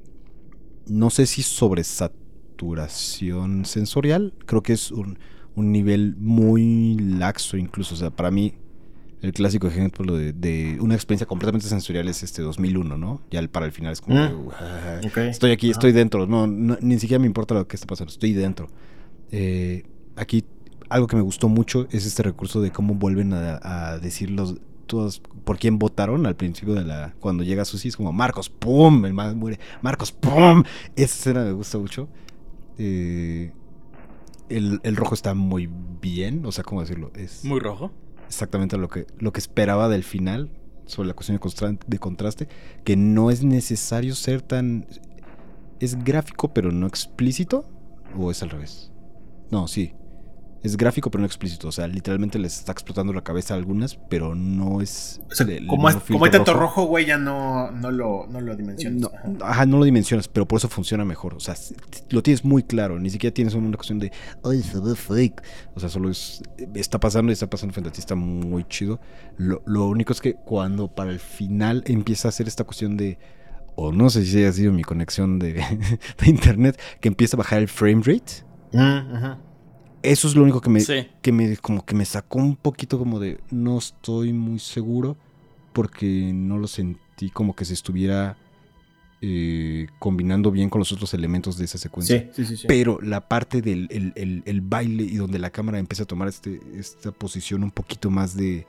no sé si sobresaturación sensorial, creo que es un, un nivel muy laxo incluso, o sea, para mí el clásico ejemplo de, de una experiencia completamente sensorial es este dos mil uno, ¿no? Ya el- para el final es como... Mm. de, "Uah, Ok. estoy aquí, Ajá. estoy dentro, no, no, ni siquiera me importa lo que está pasando, estoy dentro. Eh, aquí algo que me gustó mucho es este recurso de cómo vuelven a, a decir los, todos por quién votaron al principio de la... Cuando llega Susi es como Marcos, ¡pum! El man muere, Marcos, ¡pum! Esa escena me gusta mucho. Eh, el, el rojo está muy bien, o sea, ¿cómo decirlo? Es Muy rojo. exactamente lo que, lo que esperaba del final sobre la cuestión de, constra- de contraste, que no es necesario ser tan... Es gráfico pero no explícito, o es al revés. No, sí. Es gráfico pero no explícito, o sea, literalmente les está explotando la cabeza a algunas, pero no es... O sea, el, como, el es, como hay tanto rojo, rojo, güey, ya no, no, lo, no lo dimensionas. No, Ajá. ajá, no lo dimensionas, pero por eso funciona mejor. O sea, lo tienes muy claro. Ni siquiera tienes una cuestión de, ay, se ve fake. O sea, solo es, está pasando y está pasando frente a ti, está muy chido. Lo, lo único es que cuando para el final empieza a hacer esta cuestión de, o no sé si haya sido mi conexión de, de internet, que empieza a bajar el frame rate. Mm, ajá. Eso es lo único que me, Sí. que me, como que me sacó un poquito como de, no estoy muy seguro, porque no lo sentí como que se estuviera eh, combinando bien con los otros elementos de esa secuencia. Sí, sí, sí, sí. Pero la parte del el, el, el baile y donde la cámara empieza a tomar este, esta posición un poquito más de,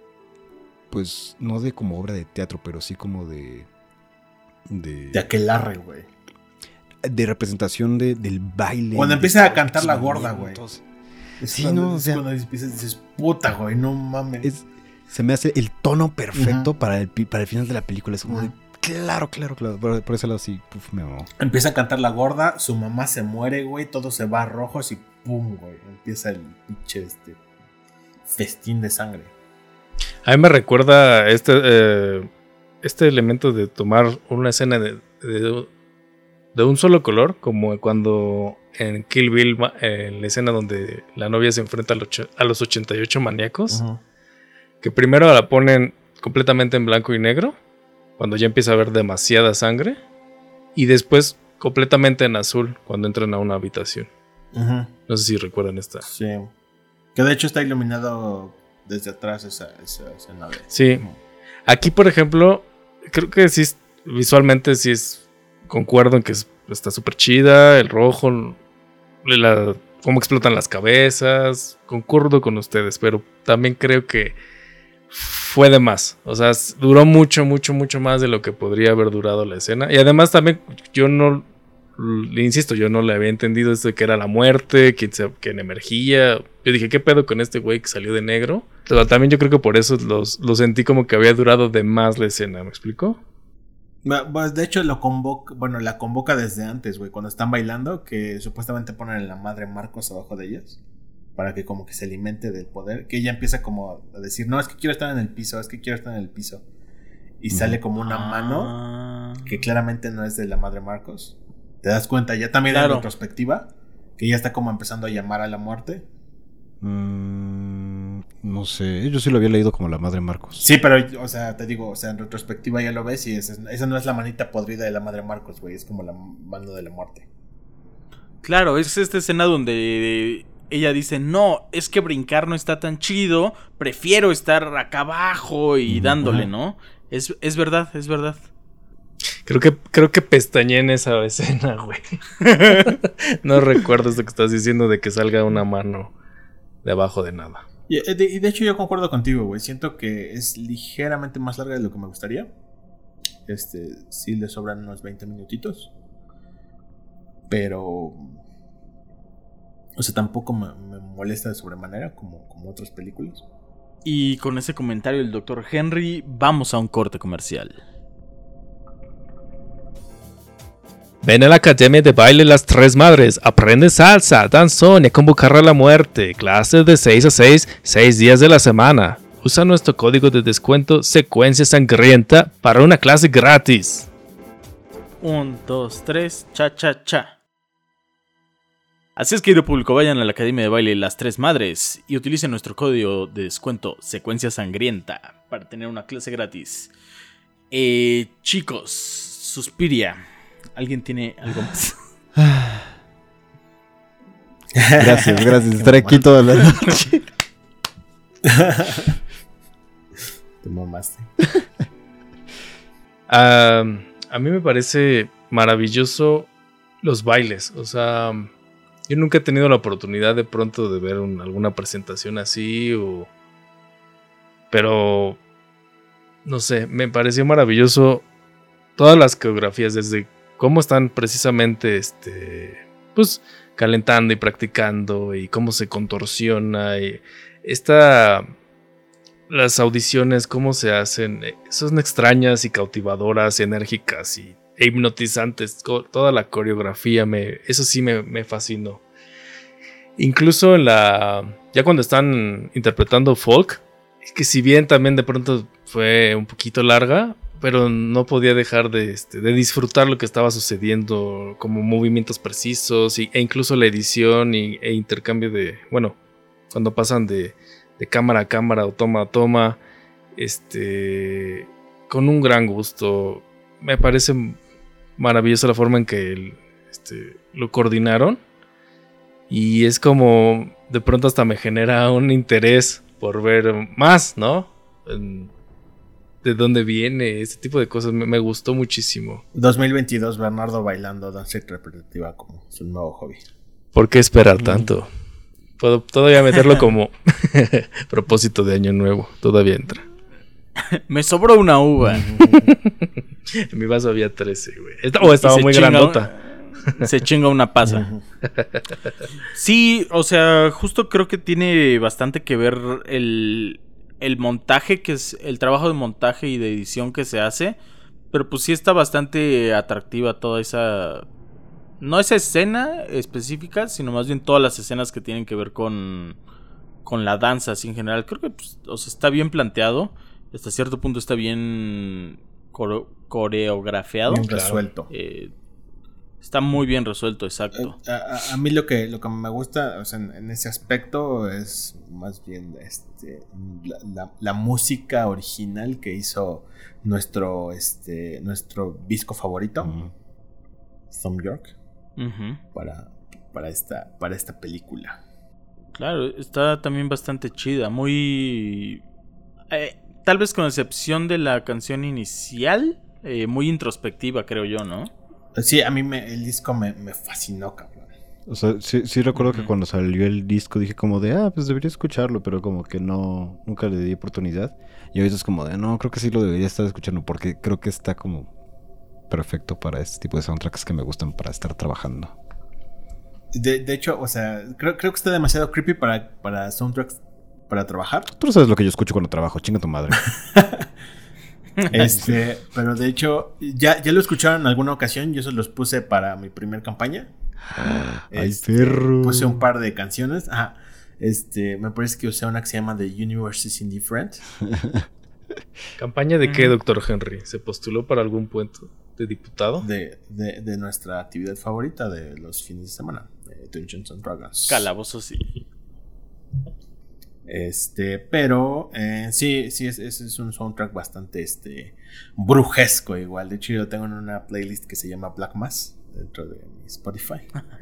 pues, no de como obra de teatro, pero sí como de... De, De aquelarre, güey. de representación de, del baile. Cuando de empieza a todos cantar los la gorda, güey. movimientos. Es Sí, cuando, no, o es sea- cuando empiezas y dices, puta, güey, no mames. Es, se me hace el tono perfecto Ujú. para, el, pi- para el final de la película. Es como de, Ujú. claro, claro, claro. Por, por ese lado sí, puf, me mamó. Empieza a cantar la gorda, su mamá se muere, güey, todo se va a rojos y pum, güey. Empieza el pinche este, festín de sangre. A mí me recuerda este, eh, este elemento de tomar una escena de, de, de un solo color, como cuando en Kill Bill, eh, en la escena donde la novia se enfrenta a los, och- a los ochenta y ocho maníacos, Ujú. que primero la ponen completamente en blanco y negro, cuando ya empieza a haber demasiada sangre, y después completamente en azul, cuando entran a una habitación. Ujú. No sé si recuerdan esta. Sí. Que de hecho está iluminado desde atrás esa, esa escena. de- Sí. Ujú. Aquí, por ejemplo, creo que sí, es- visualmente sí es, concuerdo en que es- está súper chida, el rojo, la, cómo explotan las cabezas, concuerdo con ustedes, pero también creo que fue de más, o sea, s- duró mucho, mucho, mucho más de lo que podría haber durado la escena, y además también yo no, le insisto, yo no le había entendido esto de que era la muerte, que, se, que emergía, yo dije, ¿qué pedo con este güey que salió de negro? Pero también yo creo que por eso los, lo sentí como que había durado de más la escena, ¿me explico? Va- Pues de hecho lo convoca, bueno, la convoca desde antes, güey, cuando están bailando, que supuestamente ponen a la madre Marcos abajo de ellas, para que como que se alimente del poder, que ella empieza como a decir, no, es que quiero estar en el piso, es que quiero estar en el piso, y Ujú. sale como una mano Ah. que claramente no es de la madre Marcos. ¿Te das cuenta? Ya también Claro. en retrospectiva, que ella está como empezando a llamar a la muerte. Mm, no sé, yo sí lo había leído como la madre Marcos. Sí, pero, o sea, te digo, o sea, en retrospectiva ya lo ves y esa, esa no es la manita podrida de la madre Marcos, güey, es como la mano de la muerte. Claro, es esta escena donde ella dice, no, es que brincar no está tan chido, prefiero estar acá abajo y Ujú. dándole, ¿no? Es, es verdad, es verdad. Creo que, creo que pestañé en esa escena, güey. No recuerdo esto que estás diciendo de que salga una mano de abajo de nada. Y eh, de, y de hecho yo concuerdo contigo, güey. Siento que es ligeramente más larga de lo que me gustaría. Este, sí le sobran unos veinte minutitos. Pero... O sea, tampoco me, me molesta de sobremanera como, como otras películas. Y con ese comentario del doctor Henry, vamos a un corte comercial. Ven a la Academia de Baile Las Tres Madres, aprende salsa, danzón y a convocar a la muerte. Clases de seis a seis, seis días de la semana. Usa nuestro código de descuento Secuencia Sangrienta para una clase gratis. Un, dos, tres, cha, cha, cha. Así es, querido público, vayan a la Academia de Baile Las Tres Madres y utilicen nuestro código de descuento Secuencia Sangrienta para tener una clase gratis. Eh, chicos, Suspiria, ¿alguien tiene algo más? Gracias, gracias. Estar aquí toda la noche. Te mamaste. Ah, a mí me parece maravilloso los bailes. O sea, yo nunca he tenido la oportunidad de pronto de ver un- alguna presentación así. O... Pero, no sé, me pareció maravilloso todas las coreografías, desde cómo están precisamente, este, pues, calentando y practicando y cómo se contorsiona y esta... Las audiciones, cómo se hacen, eh, son extrañas y cautivadoras, enérgicas y e hipnotizantes. Co- Toda la coreografía, me, eso sí me, me fascinó. incluso en la... Ya cuando están interpretando folk, que si bien también de pronto fue un poquito larga, pero no podía dejar de, este, de disfrutar lo que estaba sucediendo, como movimientos precisos y, e incluso la edición y, e intercambio de... Bueno, cuando pasan de, de cámara a cámara o toma a toma, este, con un gran gusto. Me parece maravillosa la forma en que el, este, lo coordinaron. Y es como, de pronto hasta me genera un interés por ver más, ¿no? En, de dónde viene, este tipo de cosas, me, me gustó muchísimo. dos mil veintidós, Bernardo bailando danza interpretativa como su nuevo hobby. ¿Por qué esperar tanto? Puedo todavía meterlo como propósito de año nuevo, todavía entra. Me sobró una uva. En mi vaso había trece, güey. Esta, oh, estaba muy chinga, grandota. Se chinga una pasa. Sí, o sea, justo creo que tiene bastante que ver el, el montaje, que es el trabajo de montaje y de edición que se hace. Pero pues sí está bastante atractiva toda esa... No esa escena específica, sino más bien todas las escenas que tienen que ver con, con la danza así en general. Creo que pues, o sea, está bien planteado. Hasta cierto punto está bien core- coreografiado. Bien resuelto. Eh, está muy bien resuelto, exacto. A, a, a mí lo que, lo que me gusta, o sea, en, en ese aspecto es más bien este, la, la, la música original que hizo nuestro, este, nuestro disco favorito, uh-huh. Thom Yorke. Uh-huh. para, para, esta, para esta película. Claro, está también bastante chida. Muy... Eh, tal vez con excepción de la canción inicial, eh, muy introspectiva, creo yo, ¿no? Sí, a mí me, el disco me, me fascinó, cabrón. O sea, sí, sí recuerdo uh-huh. que cuando salió el disco dije como de, ah, pues debería escucharlo, pero como que no, nunca le di oportunidad. Y ahorita es como de, no, creo que sí lo debería estar escuchando porque creo que está como... perfecto para este tipo de soundtracks que me gustan para estar trabajando. De, de hecho, o sea, creo, creo que está demasiado creepy para, para soundtracks para trabajar. Tú no sabes lo que yo escucho cuando trabajo, chinga tu madre. este, pero de hecho, ya, ya lo escucharon en alguna ocasión. Yo se los puse para mi primer campaña. ¡Ay, este, perro! Puse un par de canciones. Ajá. Este, me parece que usé una que se llama The Universe is Indifferent. ¿Campaña de qué, doctor Henry? ¿Se postuló para algún puesto de diputado? De, de, de nuestra actividad favorita de los fines de semana, de Dungeons and Dragons. Calabozos, sí. Este, pero eh, sí, sí, es, es, es un soundtrack bastante este, brujesco igual. De hecho, yo lo tengo en una playlist que se llama Black Mass dentro de mi Spotify.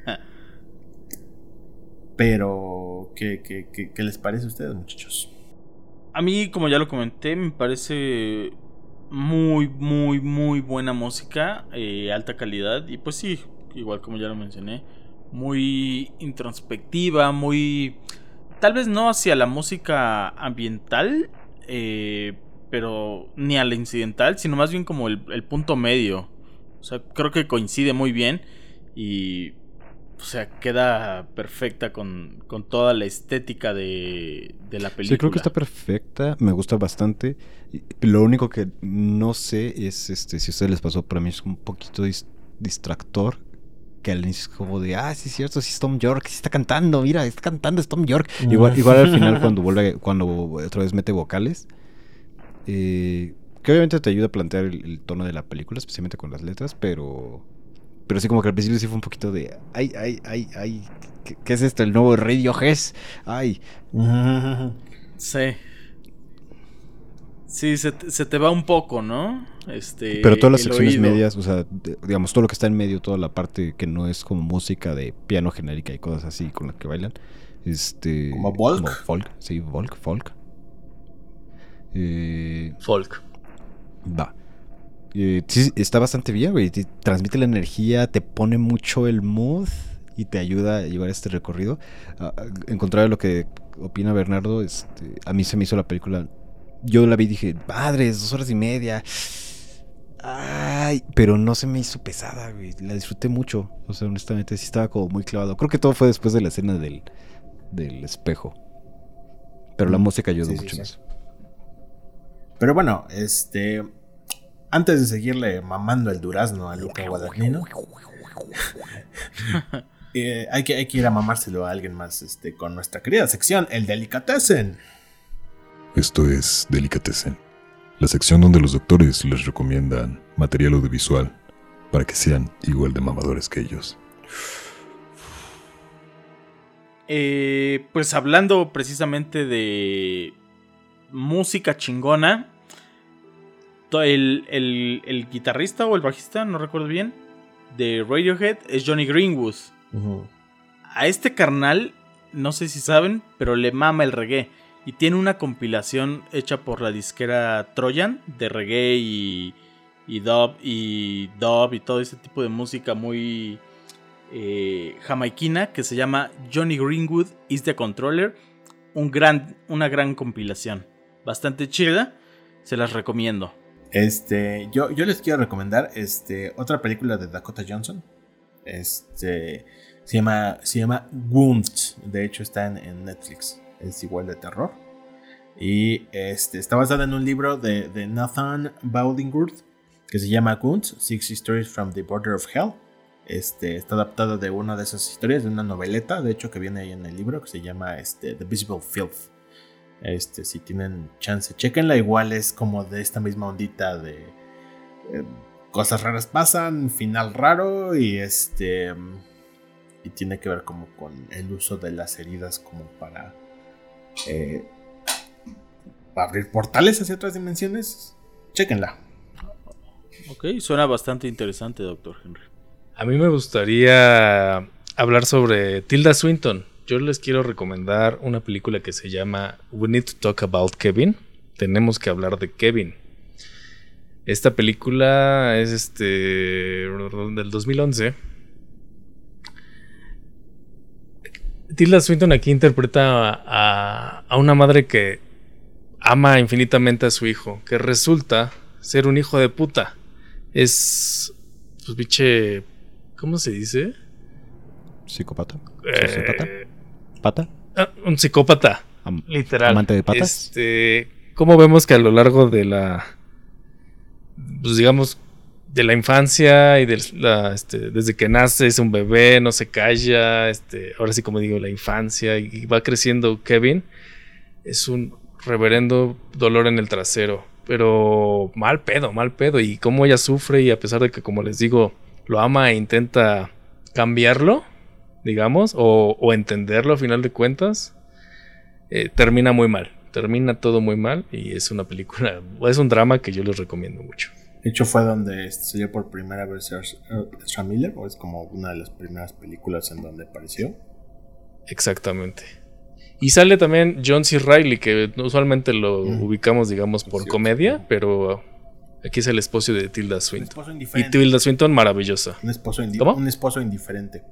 Pero, ¿qué, qué, qué, qué les parece a ustedes, muchachos? A mí, como ya lo comenté, me parece muy, muy, muy buena música, eh, alta calidad. Y pues sí, igual como ya lo mencioné, muy introspectiva, muy... Tal vez no hacia la música ambiental, eh, pero ni a la incidental, sino más bien como el, el punto medio. O sea, creo que coincide muy bien y... O sea, queda perfecta con, con toda la estética de, de la película. Sí, creo que está perfecta, me gusta bastante. Lo único que no sé es este si a ustedes les pasó, para mí es un poquito dis- distractor. Que al inicio es como de, ah, sí es cierto, sí es Thom Yorke, sí está cantando, mira, está cantando, es Thom Yorke. Mm. Igual, igual al final cuando vuelve, cuando otra vez mete vocales, eh, que obviamente te ayuda a plantear el, el tono de la película, especialmente con las letras, pero... Pero sí, como que al principio sí fue un poquito de... Ay, ay, ay, ay... ¿Qué, qué es esto? ¿El nuevo Radiohead? Ay. Sí. Sí, se te, se te va un poco, ¿no? Este, pero todas las secciones oído. medias, o sea, de, digamos, todo lo que está en medio, toda la parte que no es como música de piano genérica y cosas así con las que bailan. Este... ¿Como folk? Como folk, sí, folk, folk. Eh, folk. Va. Eh, sí, está bastante bien, güey. Te transmite la energía, te pone mucho el mood y te ayuda a llevar este recorrido. Uh, en contrario a lo que opina Bernardo, este, a mí se me hizo la película. Yo la vi y dije, madres, dos horas y media. Ay, pero no se me hizo pesada, güey. La disfruté mucho. O sea, honestamente, sí estaba como muy clavado. Creo que todo fue después de la escena del, del espejo. Pero la música ayudó sí, mucho sí, en sí. eso. Pero bueno, este. Antes de seguirle mamando el durazno a Luca Guadagnino, Eh, hay, que, hay que ir a mamárselo a alguien más este, con nuestra querida sección, el Delicatessen. Esto es Delicatessen, la sección donde los doctores les recomiendan material audiovisual para que sean igual de mamadores que ellos. Eh, pues hablando precisamente de música chingona, el, el, el guitarrista o el bajista, no recuerdo bien, de Radiohead es Johnny Greenwood. Uh-huh. A este carnal, no sé si saben, pero le mama el reggae. Y tiene una compilación hecha por la disquera Trojan de reggae y, y dub y dub y todo ese tipo de música muy eh, jamaiquina, que se llama Johnny Greenwood is the Controller. Un gran, una gran compilación, bastante chida, se las recomiendo. Este, yo, yo les quiero recomendar este, otra película de Dakota Johnson. Este, se llama, se llama Wounds. De hecho está en, en Netflix. Es igual de terror. Y este, está basada en un libro de, de Nathan Baldingworth que se llama Wounds, Six Stories from the Border of Hell. Este, está adaptada de una de esas historias, de una noveleta, de hecho, que viene ahí en el libro, que se llama este, The Visible Filth. Este, si tienen chance, chequenla. Igual es como de esta misma ondita de eh, cosas raras pasan, final raro, y este y tiene que ver como con el uso de las heridas como para, eh, para abrir portales hacia otras dimensiones. Chequenla. Ok, suena bastante interesante, doctor Henry. A mí me gustaría hablar sobre Tilda Swinton. Yo les quiero recomendar una película que se llama We Need to Talk About Kevin. Tenemos que hablar de Kevin. Esta película es este del dos mil once. Tilda Swinton aquí interpreta a, a una madre que ama infinitamente a su hijo, que resulta ser un hijo de puta. Es, pues, biche, ¿cómo se dice? ¿Psicópata? Eh, ¿Pata? Ah, un psicópata, Am- literal. ¿Amante de patas? Este, ¿cómo vemos que a lo largo de la, pues digamos, de la infancia y de la, este, desde que nace es un bebé, no se calla, este, ahora sí como digo, la infancia, y va creciendo Kevin, es un reverendo dolor en el trasero, pero mal pedo, mal pedo, y cómo ella sufre, y a pesar de que, como les digo, lo ama e intenta cambiarlo, digamos, o, o entenderlo a final de cuentas, eh, termina muy mal, termina todo muy mal, y es una película, es un drama que yo les recomiendo mucho. De hecho fue donde salió por primera vez Ezra Miller, o es como una de las primeras películas en donde apareció. Exactamente. Y sale también John C. Reilly, que usualmente lo mm. ubicamos, digamos, por sí, comedia, sí. Pero aquí es el esposo de Tilda Swinton. Y Tilda Swinton, maravillosa. Un esposo, indi- ¿Cómo? Un esposo indiferente.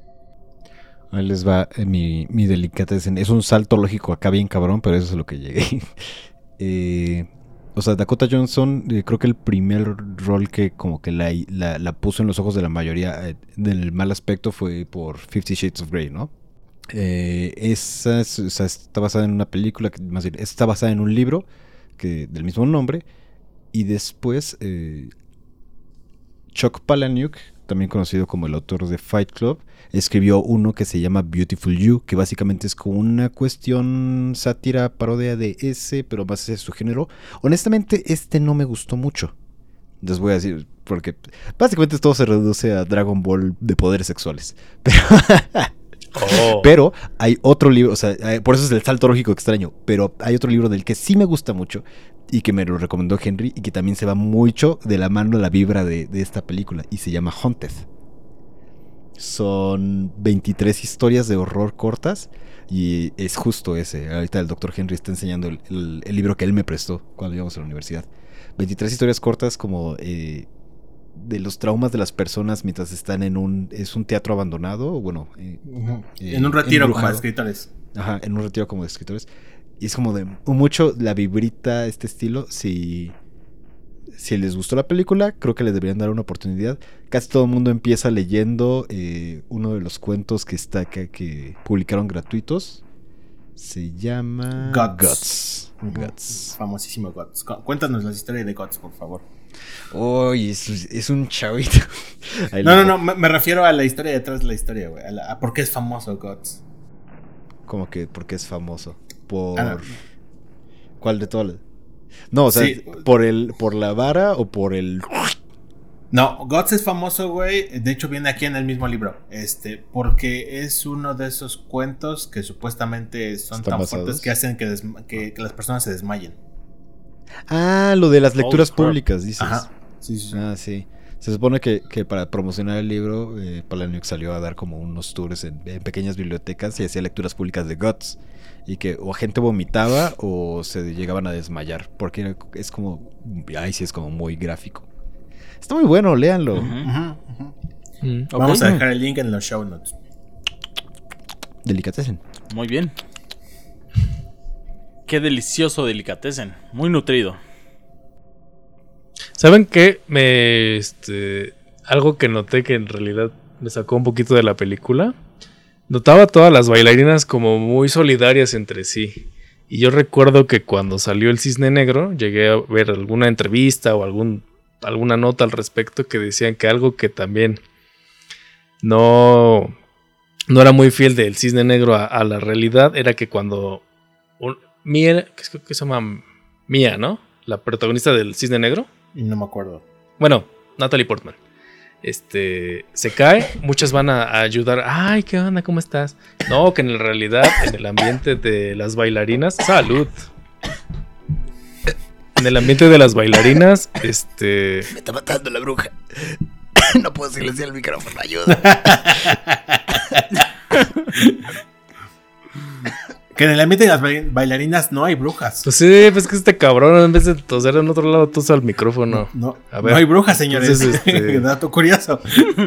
Ahí les va eh, mi, mi delicatessen. Es un salto lógico acá bien cabrón, pero eso es lo que llegué. eh, o sea, Dakota Johnson, eh, creo que el primer rol que como que la, la, la puso en los ojos de la mayoría eh, del mal aspecto fue por Fifty Shades of Grey, ¿no? Eh, esa es, o sea, está basada en una película, que, más bien, está basada en un libro que, del mismo nombre. Y después eh, Chuck Palahniuk, también conocido como el autor de Fight Club, escribió uno que se llama Beautiful You, que básicamente es como una cuestión sátira, parodia de ese, pero más de su género. Honestamente, este no me gustó mucho. Les voy a decir, porque básicamente todo se reduce a Dragon Ball de poderes sexuales. Pero, oh. pero hay otro libro, o sea, por eso es el salto lógico extraño, pero hay otro libro del que sí me gusta mucho y que me lo recomendó Henry y que también se va mucho de la mano la vibra de, de esta película, y se llama Haunted. Son veintitrés historias de horror cortas y es justo ese. Ahorita el doctor Henry está enseñando el, el, el libro que él me prestó cuando íbamos a la universidad. veintitrés historias cortas como eh, de los traumas de las personas mientras están en un... Es un teatro abandonado, bueno... Eh, uh-huh. eh, en un retiro embrujado. Como de escritores. Ajá, en un retiro como de escritores. Y es como de mucho la vibrita, este estilo. Si... Si les gustó la película, creo que les deberían dar una oportunidad. Casi todo el mundo empieza leyendo eh, uno de los cuentos que está acá, que publicaron gratuitos. Se llama Guts. Guts. Uh-huh. Guts. Famosísimo Guts. Cuéntanos la historia de Guts, por favor. Uy, es, es un chavito. Ahí No, lo- no, no, me, me refiero a la historia detrás de la historia, güey. A, la- a por qué es famoso Guts. Como que porque es famoso. Por. Ah, ¿Cuál de todas? No, o sea, Sí. por el, por la vara o por el. No, Guts es famoso, güey. De hecho, viene aquí en el mismo libro. Este, porque es uno de esos cuentos que supuestamente son ¿Están tan basados? fuertes que hacen que, desma- que, que las personas se desmayen. Ah, lo de las lecturas Oh, crap. públicas, dices. Ajá. Sí, sí, sí. Ah, sí. Se supone que, que para promocionar el libro, eh, Palahniuk salió a dar como unos tours en, en pequeñas bibliotecas y hacía lecturas públicas de Guts. Y que o gente vomitaba o se llegaban a desmayar. Porque es como. Ay, sí, es como muy gráfico. Está muy bueno, léanlo. Ujú. Ujú, ujú. Mm. Ok. Vamos a dejar el link en los show notes. Delicatessen. Muy bien. Qué delicioso delicatessen. Muy nutrido. ¿Saben qué? Me, este, algo que noté que en realidad me sacó un poquito de la película. Notaba a todas las bailarinas como muy solidarias entre sí. Y yo recuerdo que cuando salió el Cisne Negro, llegué a ver alguna entrevista o algún, alguna nota al respecto que decían que algo que también no, no era muy fiel del Cisne Negro a, a la realidad era que cuando un, Mía, ¿qué, qué se llama? Mía, ¿no? La protagonista del Cisne Negro. No me acuerdo. Bueno, Natalie Portman. Este, se cae, muchas van a, a ayudar. Ay, ¿qué onda? ¿Cómo estás? No, que en realidad, en el ambiente de las bailarinas, salud. En el ambiente de las bailarinas, este, Me está matando la bruja. No puedo silenciar el micrófono, ayuda. Que en el ambiente de las bail- bailarinas no hay brujas. pues sí, pues que este cabrón en vez de toser en otro lado tosa al micrófono. No, A ver. no hay brujas, señores. Entonces, este- Dato curioso.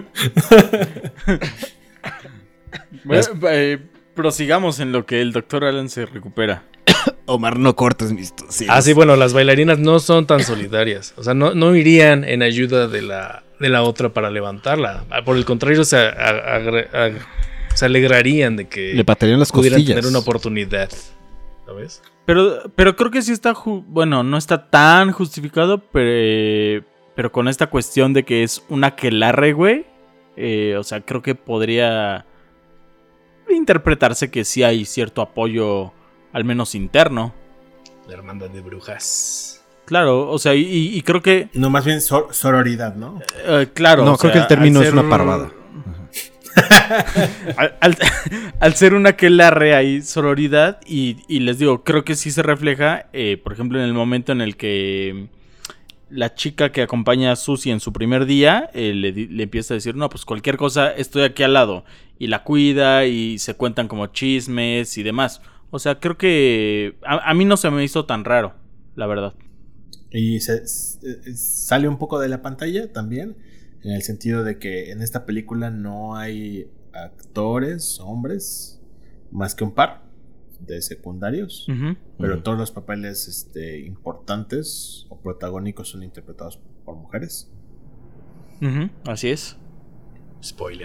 Bueno, eh, prosigamos en lo que el doctor Alan se recupera. Omar, no cortes mis tosidos. Ah, sí, bueno, las bailarinas no son tan solidarias. O sea, no, no irían en ayuda de la, de la otra para levantarla. Por el contrario, se, a- agre- ag- se alegrarían de que Le patarían las pudieran costillas. tener una oportunidad. ¿Sabes? Pero, pero creo que sí está, ju- bueno, no está tan justificado, pero, pero con esta cuestión de que es una aquelarre, güey. eh, o sea, creo que podría interpretarse que sí hay cierto apoyo, al menos interno. La hermandad de brujas. Claro, o sea, y, y creo que, No, más bien sor- sororidad, ¿no? eh, claro. No, o creo sea, que el término al es ser- una parvada. al, al- al ser una aquelarre hay sororidad y, y les digo, creo que sí se refleja, eh, por ejemplo, en el momento en el que la chica que acompaña a Susie en su primer día eh, le, di- le empieza a decir, no, pues cualquier cosa, estoy aquí al lado, y la cuida y se cuentan como chismes y demás. O sea, creo que a, a mí no se me hizo tan raro, la verdad. Y se, se- sale un poco de la pantalla también, en el sentido de que en esta película no hay actores, hombres, más que un par de secundarios, Ujú. pero Ujú. todos los papeles este, importantes o protagónicos son interpretados por mujeres. Ujú, así es. Spoiler.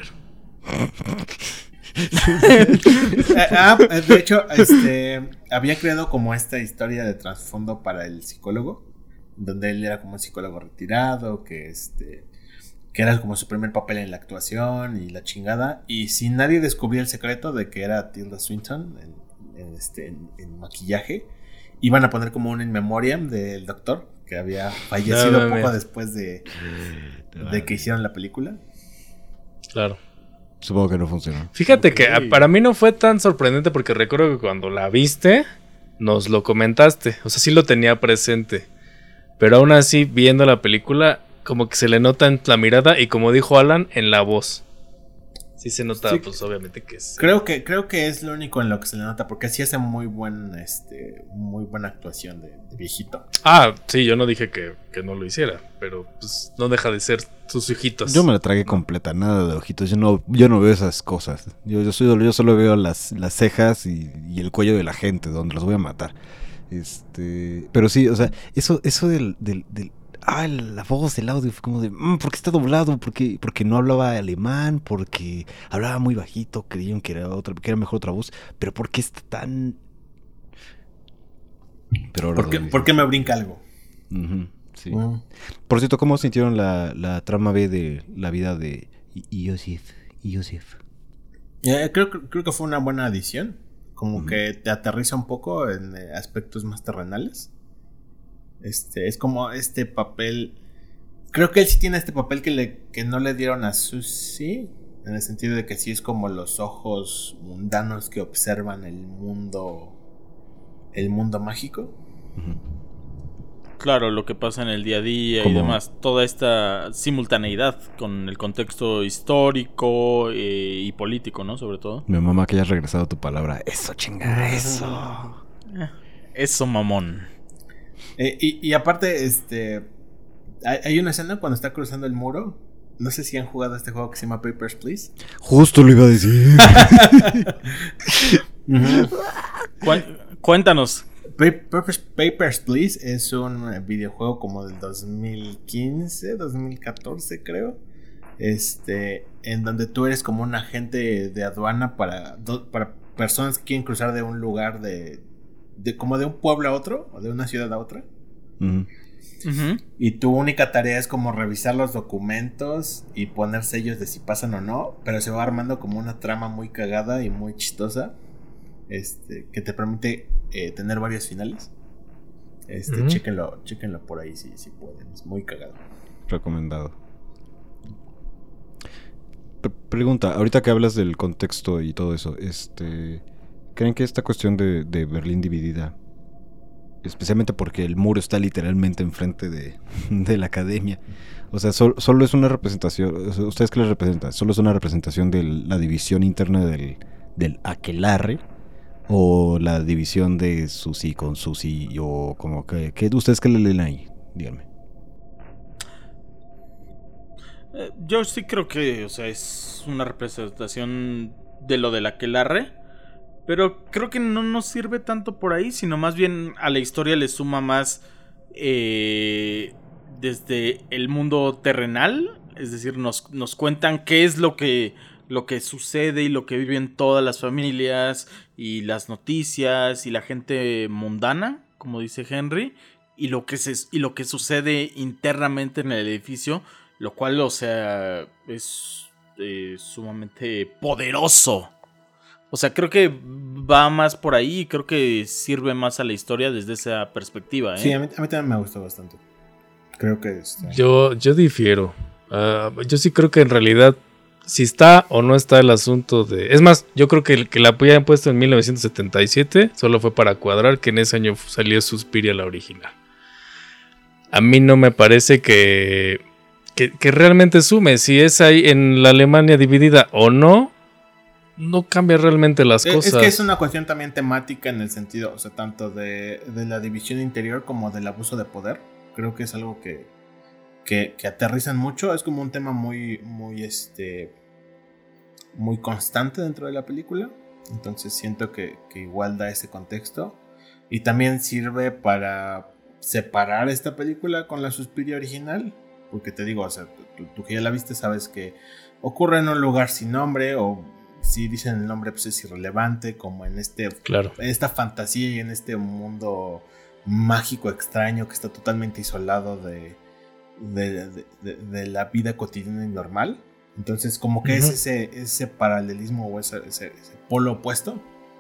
Eh, ah, de hecho, este, había creado como esta historia de trasfondo para el psicólogo, donde él era como un psicólogo retirado, que este, que era como su primer papel en la actuación y la chingada, y si nadie descubría el secreto de que era Tilda Swinton en, en, este, en, en maquillaje, iban a poner como un in memoriam del doctor que había fallecido No, poco mames. después de, de que hicieron la película. Claro. Supongo que no funcionó. Fíjate Ok. que a- para mí no fue tan sorprendente porque recuerdo que cuando la viste, nos lo comentaste. O sea, sí lo tenía presente. Pero aún así, viendo la película, como que se le nota en la mirada y como dijo Alan, en la voz. Sí se nota, Sí. pues obviamente que es... Creo que, creo que es lo único en lo que se le nota, porque sí hace muy buen, este, muy buena actuación de, de viejito. Ah, sí, yo no dije que, que no lo hiciera, pero pues no deja de ser sus hijitos. Yo me la tragué completa, nada de ojitos. Yo no, yo no veo esas cosas. Yo, yo, soy, yo solo veo las, las cejas y, y el cuello de la gente, donde los voy a matar. Este, pero sí, o sea, eso, eso del, del, del ah, la voz, el audio fue como de, mm, ¿por qué está doblado? ¿Por qué, porque no hablaba alemán? Porque hablaba muy bajito, creían que era otra, que era mejor otra voz. Pero ¿por qué está tan? Pero ahora ¿Por qué, lo por qué dices. me brinca algo? Ujú. Sí. Mm. Por cierto, ¿cómo sintieron la, la trama B de la vida de Iosif? Iosif. Eh, creo, creo que fue una buena adición. Como Ujú. que te aterriza un poco en eh, aspectos más terrenales. Este, es como este papel. Creo que él sí tiene este papel que, le, que no le dieron a Susie. En el sentido de que sí es como los ojos mundanos que observan el mundo. El mundo mágico. Ujú. Claro, lo que pasa en el día a día y Como- demás. Toda esta simultaneidad con el contexto histórico eh, y político, ¿no? Sobre todo. Mi mamá que hayas regresado a tu palabra. Eso, chinga, eso. Eso, mamón. Eh, y, y aparte, este. Hay, hay una escena cuando está cruzando el muro. No sé si han jugado este juego que se llama Papers, Please. Justo lo iba a decir. Cuán- Cuéntanos. Pa- Papers, Papers, Please es un eh, videojuego como del dos mil quince, dos mil catorce creo. Este, en donde tú eres como un agente de aduana para, do- para personas que quieren cruzar de un lugar de, de como de un pueblo a otro o de una ciudad a otra. Ujú. Ujú. Y tu única tarea es como revisar los documentos y poner sellos de si pasan o no, pero se va armando como una trama muy cagada y muy chistosa, este, que te permite eh, tener varios finales. Este, Ujú. chéquenlo, chéquenlo por ahí si, si pueden, es muy cagado. Recomendado. Pre- pregunta, ahorita que hablas del contexto y todo eso, este, ¿creen que esta cuestión de, de Berlín dividida, especialmente porque el muro está literalmente enfrente de, de la academia, o sea, sol- solo es una representación, o sea, ¿ustedes qué les representan? ¿Solo es una representación de la división interna del, del aquelarre? ¿O la división de Susi con Susi? ¿O como que, que ustedes qué le leen ahí? Díganme. Eh, Yo sí creo que, o sea, es una representación de lo del aquelarre. Pero creo que no nos sirve tanto por ahí, sino más bien a la historia le suma más eh, desde el mundo terrenal. Es decir, nos, nos cuentan qué es lo que, lo que sucede y lo que viven todas las familias y las noticias y la gente mundana, como dice Henry, y lo que, se, y lo que sucede internamente en el edificio, lo cual, o sea, es eh, sumamente poderoso. O sea, creo que va más por ahí y creo que sirve más a la historia desde esa perspectiva, ¿eh? Sí, a mí, a mí también me gustó bastante. Creo que este, Yo, yo difiero. Ah, yo sí creo que en realidad, si está o no está el asunto de... Es más, yo creo que el que la habían puesto en mil novecientos setenta y siete solo fue para cuadrar que en ese año salió Suspiria la original. A mí no me parece que, que, que realmente sume. Si es ahí en la Alemania dividida o no, no cambia realmente las eh, cosas. es que es una cuestión también temática en el sentido, o sea, tanto de, de la división interior como del abuso de poder. Creo que es algo que, que, que aterrizan mucho. Es como un tema muy, muy, este, muy constante dentro de la película. Entonces siento que, que igual da ese contexto. Y también sirve para separar esta película con la Suspiria original. Porque te digo, o sea, tú, tú que ya la viste sabes que ocurre en un lugar sin nombre, o si dicen el nombre pues es irrelevante, como en este, Claro. en esta fantasía y en este mundo mágico extraño que está totalmente isolado de, de, de, de, de la vida cotidiana y normal. Entonces como que Uh-huh. es ese, ese paralelismo o ese, ese, ese polo opuesto.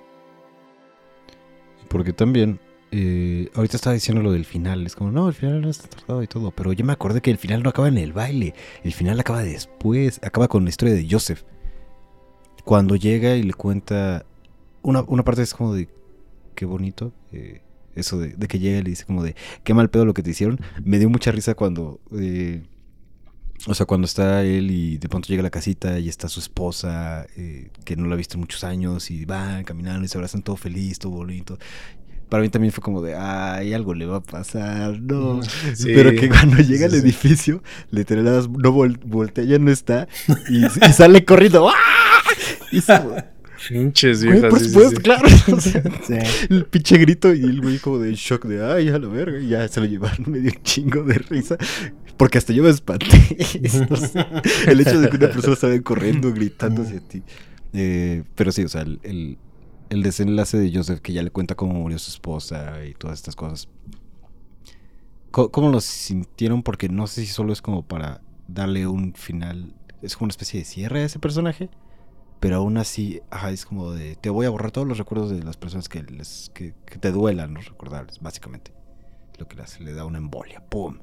Porque también, eh, ahorita estaba diciendo lo del final. Es como, no, el final no está tardado y todo. Pero yo me acordé que el final no acaba en el baile. El final acaba después. Acaba con la historia de Joseph. Cuando llega y le cuenta. Una, una parte es como de. Qué bonito. Eh, eso de, de que llega y le dice como de. Qué mal pedo lo que te hicieron. Me dio mucha risa cuando. Eh, o sea, cuando está él y de pronto llega a la casita y está su esposa. Eh, que no la ha visto en muchos años. Y van caminando y se abrazan todo feliz, todo bonito. Para mí también fue como de, ay, algo le va a pasar, no. Sí. Pero que cuando llega al Sí, sí. edificio, literal, nada más no vol- voltea, ya no está. Y, y sale corriendo. ¡Ah! Y se- Pinches Güey, viejas. por sí, sí, supuesto, sí. claro. O sea, Sí. el pinche grito y el güey como de shock de, ay, a la verga. Y ya se lo llevaron, me dio un chingo de risa. Porque hasta yo me espanté. O sea, el hecho de que una persona salga corriendo, gritando hacia ti. Eh, pero sí, o sea, el, el, el desenlace de Joseph, que ya le cuenta cómo murió su esposa y todas estas cosas. ¿Cómo, cómo lo sintieron? Porque no sé si solo es como para darle un final, es como una especie de cierre a ese personaje, pero aún así, ajá, es como de, te voy a borrar todos los recuerdos de las personas que, les, que, que te duelan los recordarles, básicamente. Lo que le da una embolia, ¡pum!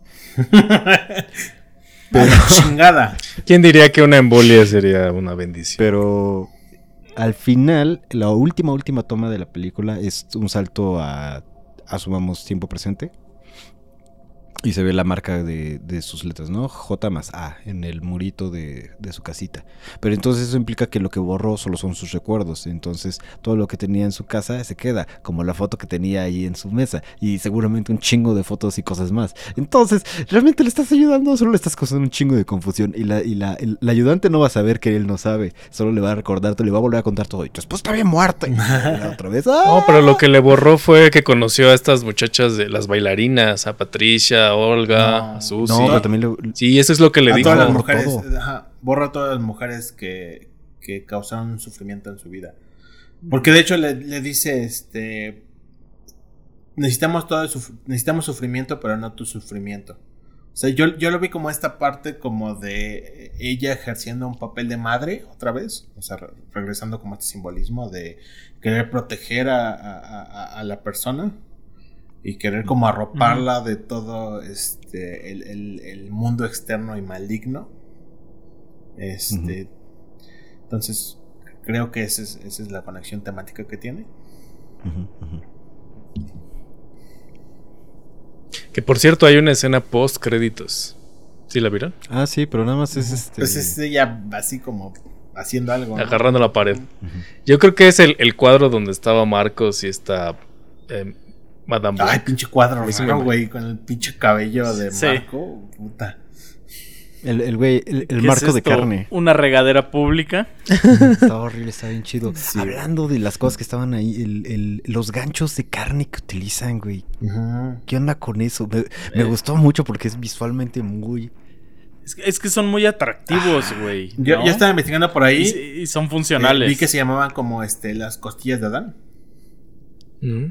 Pero chingada. ¿Quién diría que una embolia sería una bendición? Pero al final, la última, última toma de la película es un salto a, asumamos, tiempo presente. Y se ve la marca de, de sus letras, ¿no? J más A en el murito de, de su casita. Pero entonces eso implica que lo que borró solo son sus recuerdos. Entonces todo lo que tenía en su casa se queda, como la foto que tenía ahí en su mesa. Y seguramente un chingo de fotos y cosas más. Entonces, ¿realmente le estás ayudando o solo le estás causando un chingo de confusión? Y la, y la, el, la ayudante no va a saber que él no sabe. Solo le va a recordar, le va a volver a contar todo. Y tu esposa está bien muerta. Y otra vez. ¡Ah! No, pero lo que le borró fue que conoció a estas muchachas de las bailarinas, a Patricia, a Olga, No. a Susi. No, pero también le... Sí, eso es lo que le a dijo. todas las Borra mujeres, todo. ajá, borra a todas las mujeres que, que causaron sufrimiento en su vida. Porque de hecho le, le dice, este, necesitamos todo el suf- necesitamos sufrimiento, pero no tu sufrimiento. O sea, yo, yo lo vi como esta parte como de ella ejerciendo un papel de madre otra vez, o sea, re- regresando como a este simbolismo de querer proteger a, a, a, a la persona y querer como arroparla de todo este el, el, el mundo externo y maligno. Este, uh-huh. Entonces creo que esa es, esa es la conexión temática que tiene. Uh-huh, uh-huh. Que por cierto hay una escena post créditos. ¿Sí la vieron? Ah, sí, pero nada más es este... Pues es ella así como haciendo algo, ¿no? Agarrando la pared. Uh-huh. Yo creo que es el, el cuadro donde estaba Marcos y está eh, Madame Blanc. Ay, pinche cuadro Sí, raro, me- güey, con el pinche cabello de Sí. Marco, puta. El, el güey, el, el ¿Qué marco es de esto? carne. Una regadera pública. Estaba horrible, estaba bien chido. Sí. Hablando de las cosas que estaban ahí, el, el, los ganchos de carne que utilizan, güey. Uh-huh. ¿Qué onda con eso? Me, me gustó mucho porque es visualmente muy... Es que, es que son muy atractivos, güey. Yo, ¿no? yo estaba investigando por Y, ahí. y son funcionales. eh, vi que se llamaban como este las costillas de Adán. Mm.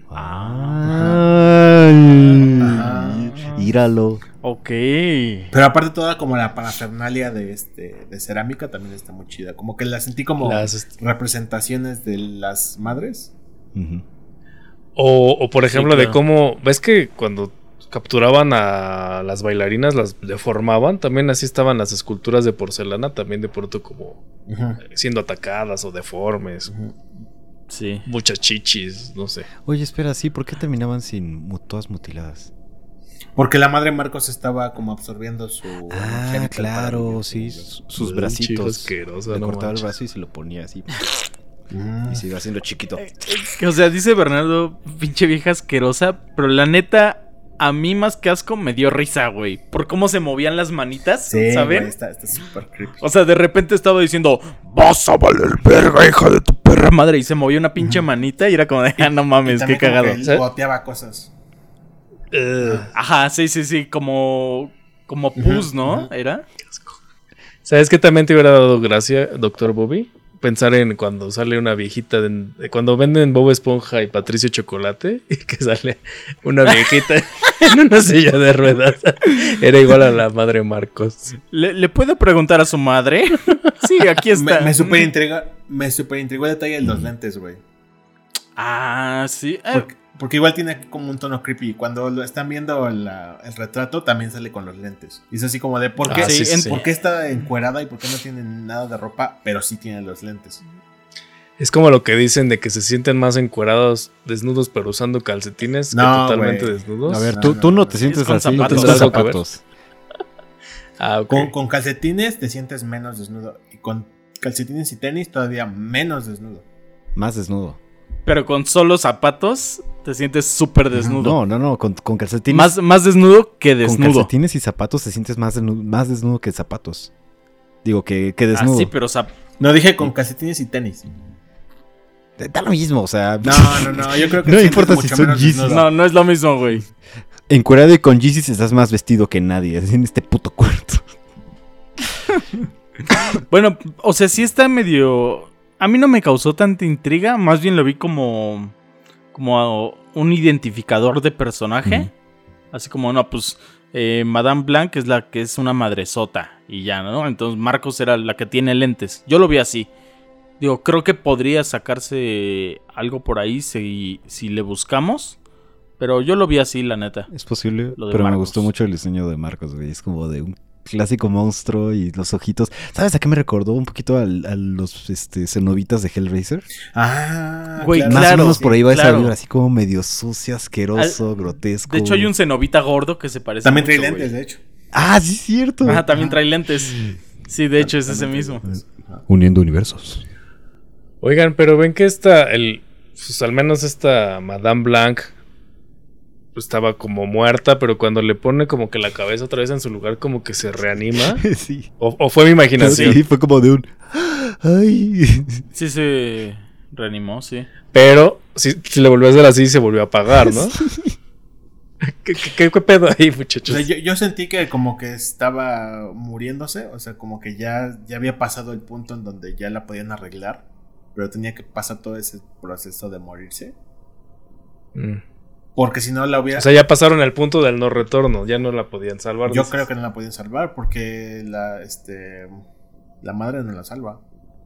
¡Ay! Íralo. Ok. Pero aparte toda como la parafernalia de este de cerámica también está muy chida. Como que la sentí como Las, este, representaciones de las madres. Uh-huh. O, o por ejemplo, Sí, claro. de cómo. ¿Ves que cuando capturaban a las bailarinas las deformaban? También así estaban las esculturas de porcelana, también de pronto como Uh-huh. siendo atacadas o deformes. Uh-huh. Sí. Muchas chichis, no sé. Oye, espera, sí, ¿por qué terminaban sin mu- todas mutiladas? Porque la madre Marcos estaba como absorbiendo su Ah, genital claro, para sí, vivir. sus, sus Chico bracitos. asqueroso, Le no cortaba el manches. brazo y se lo ponía así. Mm. Y se iba haciendo chiquito. Que, o sea, dice Bernardo, pinche vieja asquerosa, pero la neta, a mí más que asco me dio risa, güey. Por cómo se movían las manitas, Sí, ¿saben? güey, está está súper creepy. O sea, de repente estaba diciendo, vas a valer verga, hija de tu perra madre. Y se movía una pinche manita y era como de, ah, no Y mames, qué también como cagado. que él ¿Sí? boteaba cosas. Ugh. Ajá, sí, sí, sí, como, como pus, ¿no? Ujú. ¿Era? ¿Sabes qué también te hubiera dado gracia, doctor Bobby? Pensar en cuando sale una viejita, de, de cuando venden Bob Esponja y Patricio Chocolate, y que sale una viejita en una silla de ruedas. Era igual a la madre Marcos. ¿Le, ¿le puedo preguntar a su madre? Sí, aquí está. Me, me super intriga, me super intrigó el detalle de los lentes, güey. Ah, sí. eh, Porque, porque igual tiene como un tono creepy. Cuando lo están viendo la- el retrato, también sale con los lentes. Y es así como de ¿por qué, Ah, sí, sí, sí. ¿por qué está encuerada y por qué no tiene nada de ropa? Pero sí tiene los lentes. Es como lo que dicen de que se sienten más encuerados desnudos pero usando calcetines No, que totalmente güey. desnudos. A ver, No, tú, no, tú no no. te sientes Es con así. zapatos. Tendrás ¿Tendrás algo que ver? zapatos. Ah, ok. Con, con calcetines te sientes menos desnudo. Y con calcetines y tenis todavía menos desnudo. Más desnudo. Pero con solo zapatos te sientes súper desnudo. No, no, no. Con, con calcetines. Más, más desnudo que Con desnudo. calcetines y zapatos te sientes más desnudo, más desnudo que zapatos. Digo, que, que Ah, desnudo. sí, pero zap- No dije con calcetines y tenis. Da lo mismo, o sea. No, no, no. Yo creo que No te importa sientes si mucho son menos Yeezys. desnudo. no, no es lo mismo, güey. Encuerado y con Yeezys estás más vestido que nadie. Es en este puto cuarto. Bueno, o sea, sí está medio... A mí no me causó tanta intriga, más bien lo vi como... Como un identificador de personaje. Ujú. Así como, no, pues eh, Madame Blanc es la que es una madresota y ya, ¿no? Entonces Marcos era la que tiene lentes. Yo lo vi así. Digo, creo que podría sacarse algo por ahí si, si le buscamos. Pero yo lo vi así, la neta. Es posible, Lo de pero me Marcos. gustó mucho el diseño de Marcos, güey. Es como de un clásico monstruo y los ojitos. ¿Sabes a qué me recordó? Un poquito al- a, los este, cenobitas de Hellraiser. Ah, Güey, claro, Más claro, o menos por ahí va esa claro. vibra, así como medio sucio, asqueroso, grotesco. De hecho, hay un cenobita gordo que se parece También trae mucho, lentes, güey. de hecho. Ah, sí, es cierto. Ajá, también trae lentes. Sí, de hecho, es ese También mismo. trae lentes. Ajá. Uniendo universos. Oigan, pero ven que esta, el, pues al menos esta Madame Blanc pues, estaba como muerta, pero cuando le pone como que la cabeza otra vez en su lugar, como que se reanima. Sí. O, o fue mi imaginación. Sí, fue como de un... Ay. Sí se reanimó, sí. Pero si, si le volvió a hacer así, se volvió a apagar, ¿no? ¿Qué, qué, qué- qué pedo ahí, O muchachos? sea, yo, yo sentí que como que estaba muriéndose, o sea, como que ya, ya había pasado el punto en donde ya la podían arreglar, pero tenía que pasar todo ese proceso de morirse, Mm. porque si no la hubiera... O sea, ya pasaron el punto del no retorno, ya no la podían salvar. yo dices. creo que no la podían salvar porque la, este, la madre no la salva.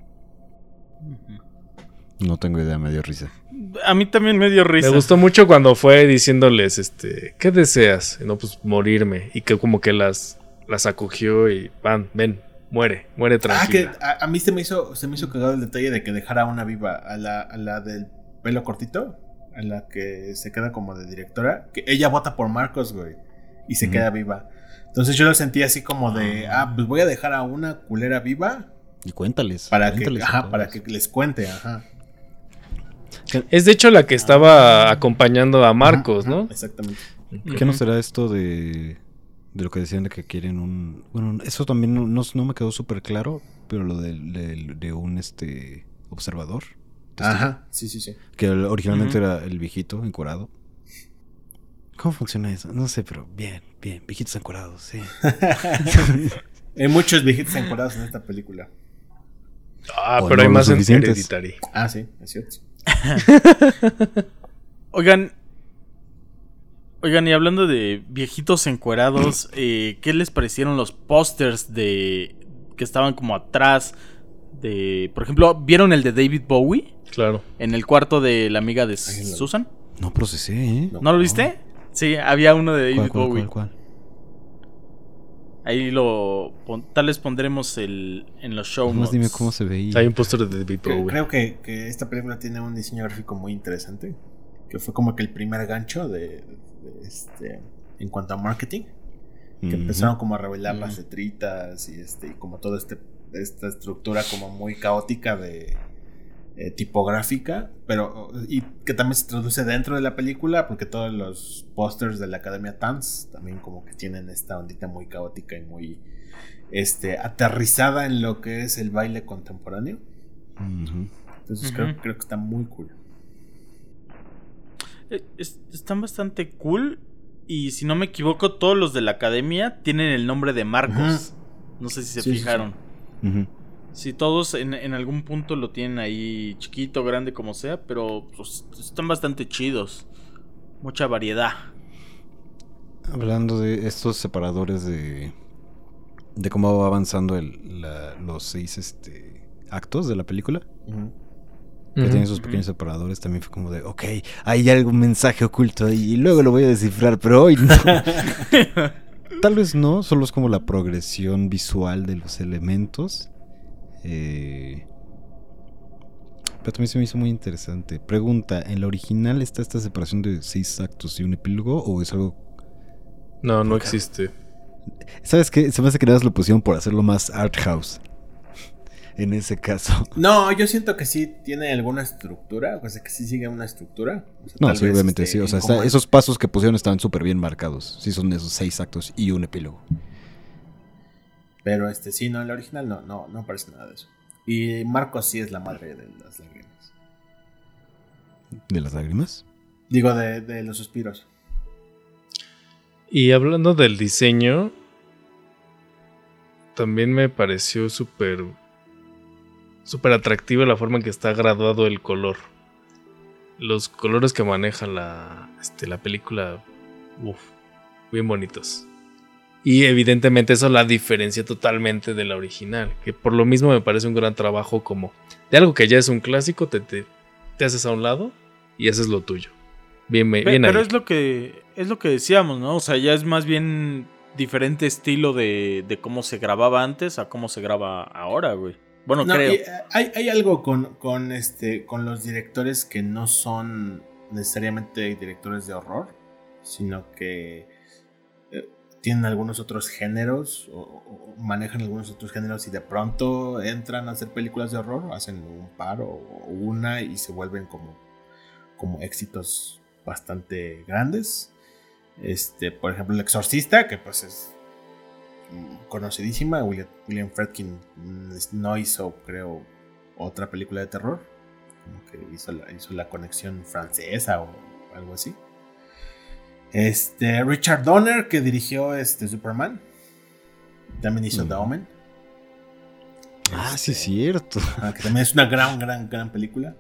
No tengo idea, me dio risa. A mí también me dio risa. Me gustó mucho cuando fue diciéndoles, este, ¿qué deseas? Y no, pues morirme. Y que como que las, las acogió y van, ven, muere, muere Ah, que tranquila. a, a mí se me hizo se me hizo cagado el detalle de que dejara una viva a la, a la del pelo cortito, a la que se queda como de directora, que ella vota por Marcos, güey, y se Ujú. queda viva. Entonces yo lo sentí así como de, ah, pues voy a dejar a una culera viva Y cuéntales. para que, cuéntales a ajá, todos. para que les cuente, ajá. Es de hecho la que estaba acompañando a Marcos, Ajá, ¿no? ajá, exactamente. ¿Qué no será esto de, de lo que decían de que quieren un... Bueno, eso también no, no, no me quedó súper claro, pero lo de, de, de un este observador. testigo, Ajá, sí, sí, sí. Que el- originalmente Ujú. era el viejito encuerado. ¿Cómo funciona eso? No sé, pero bien, bien. Viejitos encuerados, sí. Hay muchos viejitos encuadrados en esta película. Ah, O pero no hay lo más en suficientes. Hereditary. Ah, sí, es cierto. Oigan. Oigan, y hablando de viejitos encuerados, eh, ¿qué les parecieron los pósters de que estaban como atrás de, por ejemplo, ¿vieron el de David Bowie Claro. en el cuarto de la amiga de Ay, no. Susan? No procesé, ¿eh? No. ¿No lo viste? Sí, había uno de David ¿Cuál, cuál, Bowie. cuál, cuál? Ahí lo pon- tal vez pondremos el en los show Nomás notes. dime cómo se veía. Hay un póster de David Creo, Bowie. creo que, que esta película tiene un diseño gráfico muy interesante. Que fue como que el primer gancho de, de este en cuanto a marketing. Que Ujú. empezaron como a revelar Ujú. las letritas y este y como toda este, esta estructura como muy caótica de eh, tipográfica, pero y que también se traduce dentro de la película porque todos los pósters de la Academia Tanz también como que tienen esta ondita muy caótica y muy este aterrizada en lo que es el baile contemporáneo. Ujú. Entonces Ujú. creo, creo que está muy cool. Eh, es- están bastante cool. Y si no me equivoco, todos los de la academia tienen el nombre de Marcos. No sé si se Sí, sí, fijaron. Ujú. Si todos en, en algún punto lo tienen ahí chiquito, grande, como sea. Pero pues, están bastante chidos. Mucha variedad. Hablando de estos separadores de de cómo va avanzando el, la- los seis este, actos de la película, Ujú. que Ujú. tienen sus pequeños separadores, también fue como de, ok, hay algún mensaje oculto ahí y luego lo voy a descifrar, pero hoy no. Tal vez no, solo es como la progresión visual de los elementos. Eh, pero también se me hizo muy interesante. Pregunta, ¿en la original está esta separación de seis actos y un epílogo o es algo... No, no existe. ¿Sabes qué? Se me hace que nada más lo pusieron por hacerlo más art house. En ese caso. No, yo siento que sí tiene alguna estructura, o sea que sí sigue una estructura. O sea, No, tal sí, vez, obviamente este, sí. O sea, como está- en- esos pasos que pusieron estaban súper bien marcados. Sí, son esos seis actos y un epílogo. Pero este sí, no, en la original no, no, no aparece nada de eso. Y Marcos sí es la madre de las lágrimas. ¿De las lágrimas? Digo, de, de los suspiros. Y hablando del diseño, también me pareció súper súper atractiva la forma en que está graduado el color. Los colores que maneja la, este, la película, uf, bien bonitos. Y evidentemente eso la diferencia totalmente de la original, que por lo mismo me parece un gran trabajo como de algo que ya es un clásico, te, te, te haces a un lado y haces lo tuyo. Bien, bien Pe- Pero ahí. es lo que es lo que decíamos, ¿no? O sea, ya es más bien diferente estilo de, de cómo se grababa antes a cómo se graba ahora, güey. Bueno, No, creo. y, eh, hay, hay algo con, con, este, con los directores que no son necesariamente directores de horror, sino que eh, tienen algunos otros géneros o, o manejan algunos otros géneros y de pronto entran a hacer películas de horror, hacen un par o, o una y se vuelven como, como éxitos bastante grandes. Este, por ejemplo, El Exorcista, que pues es conocidísima. William, William Friedkin no hizo, creo, otra película de terror, como que hizo la, hizo la conexión francesa o algo así. Este, Richard Donner, que dirigió este Superman, también hizo mm. The Omen. Ah, este, sí, es cierto. Que también es una gran, gran, gran película.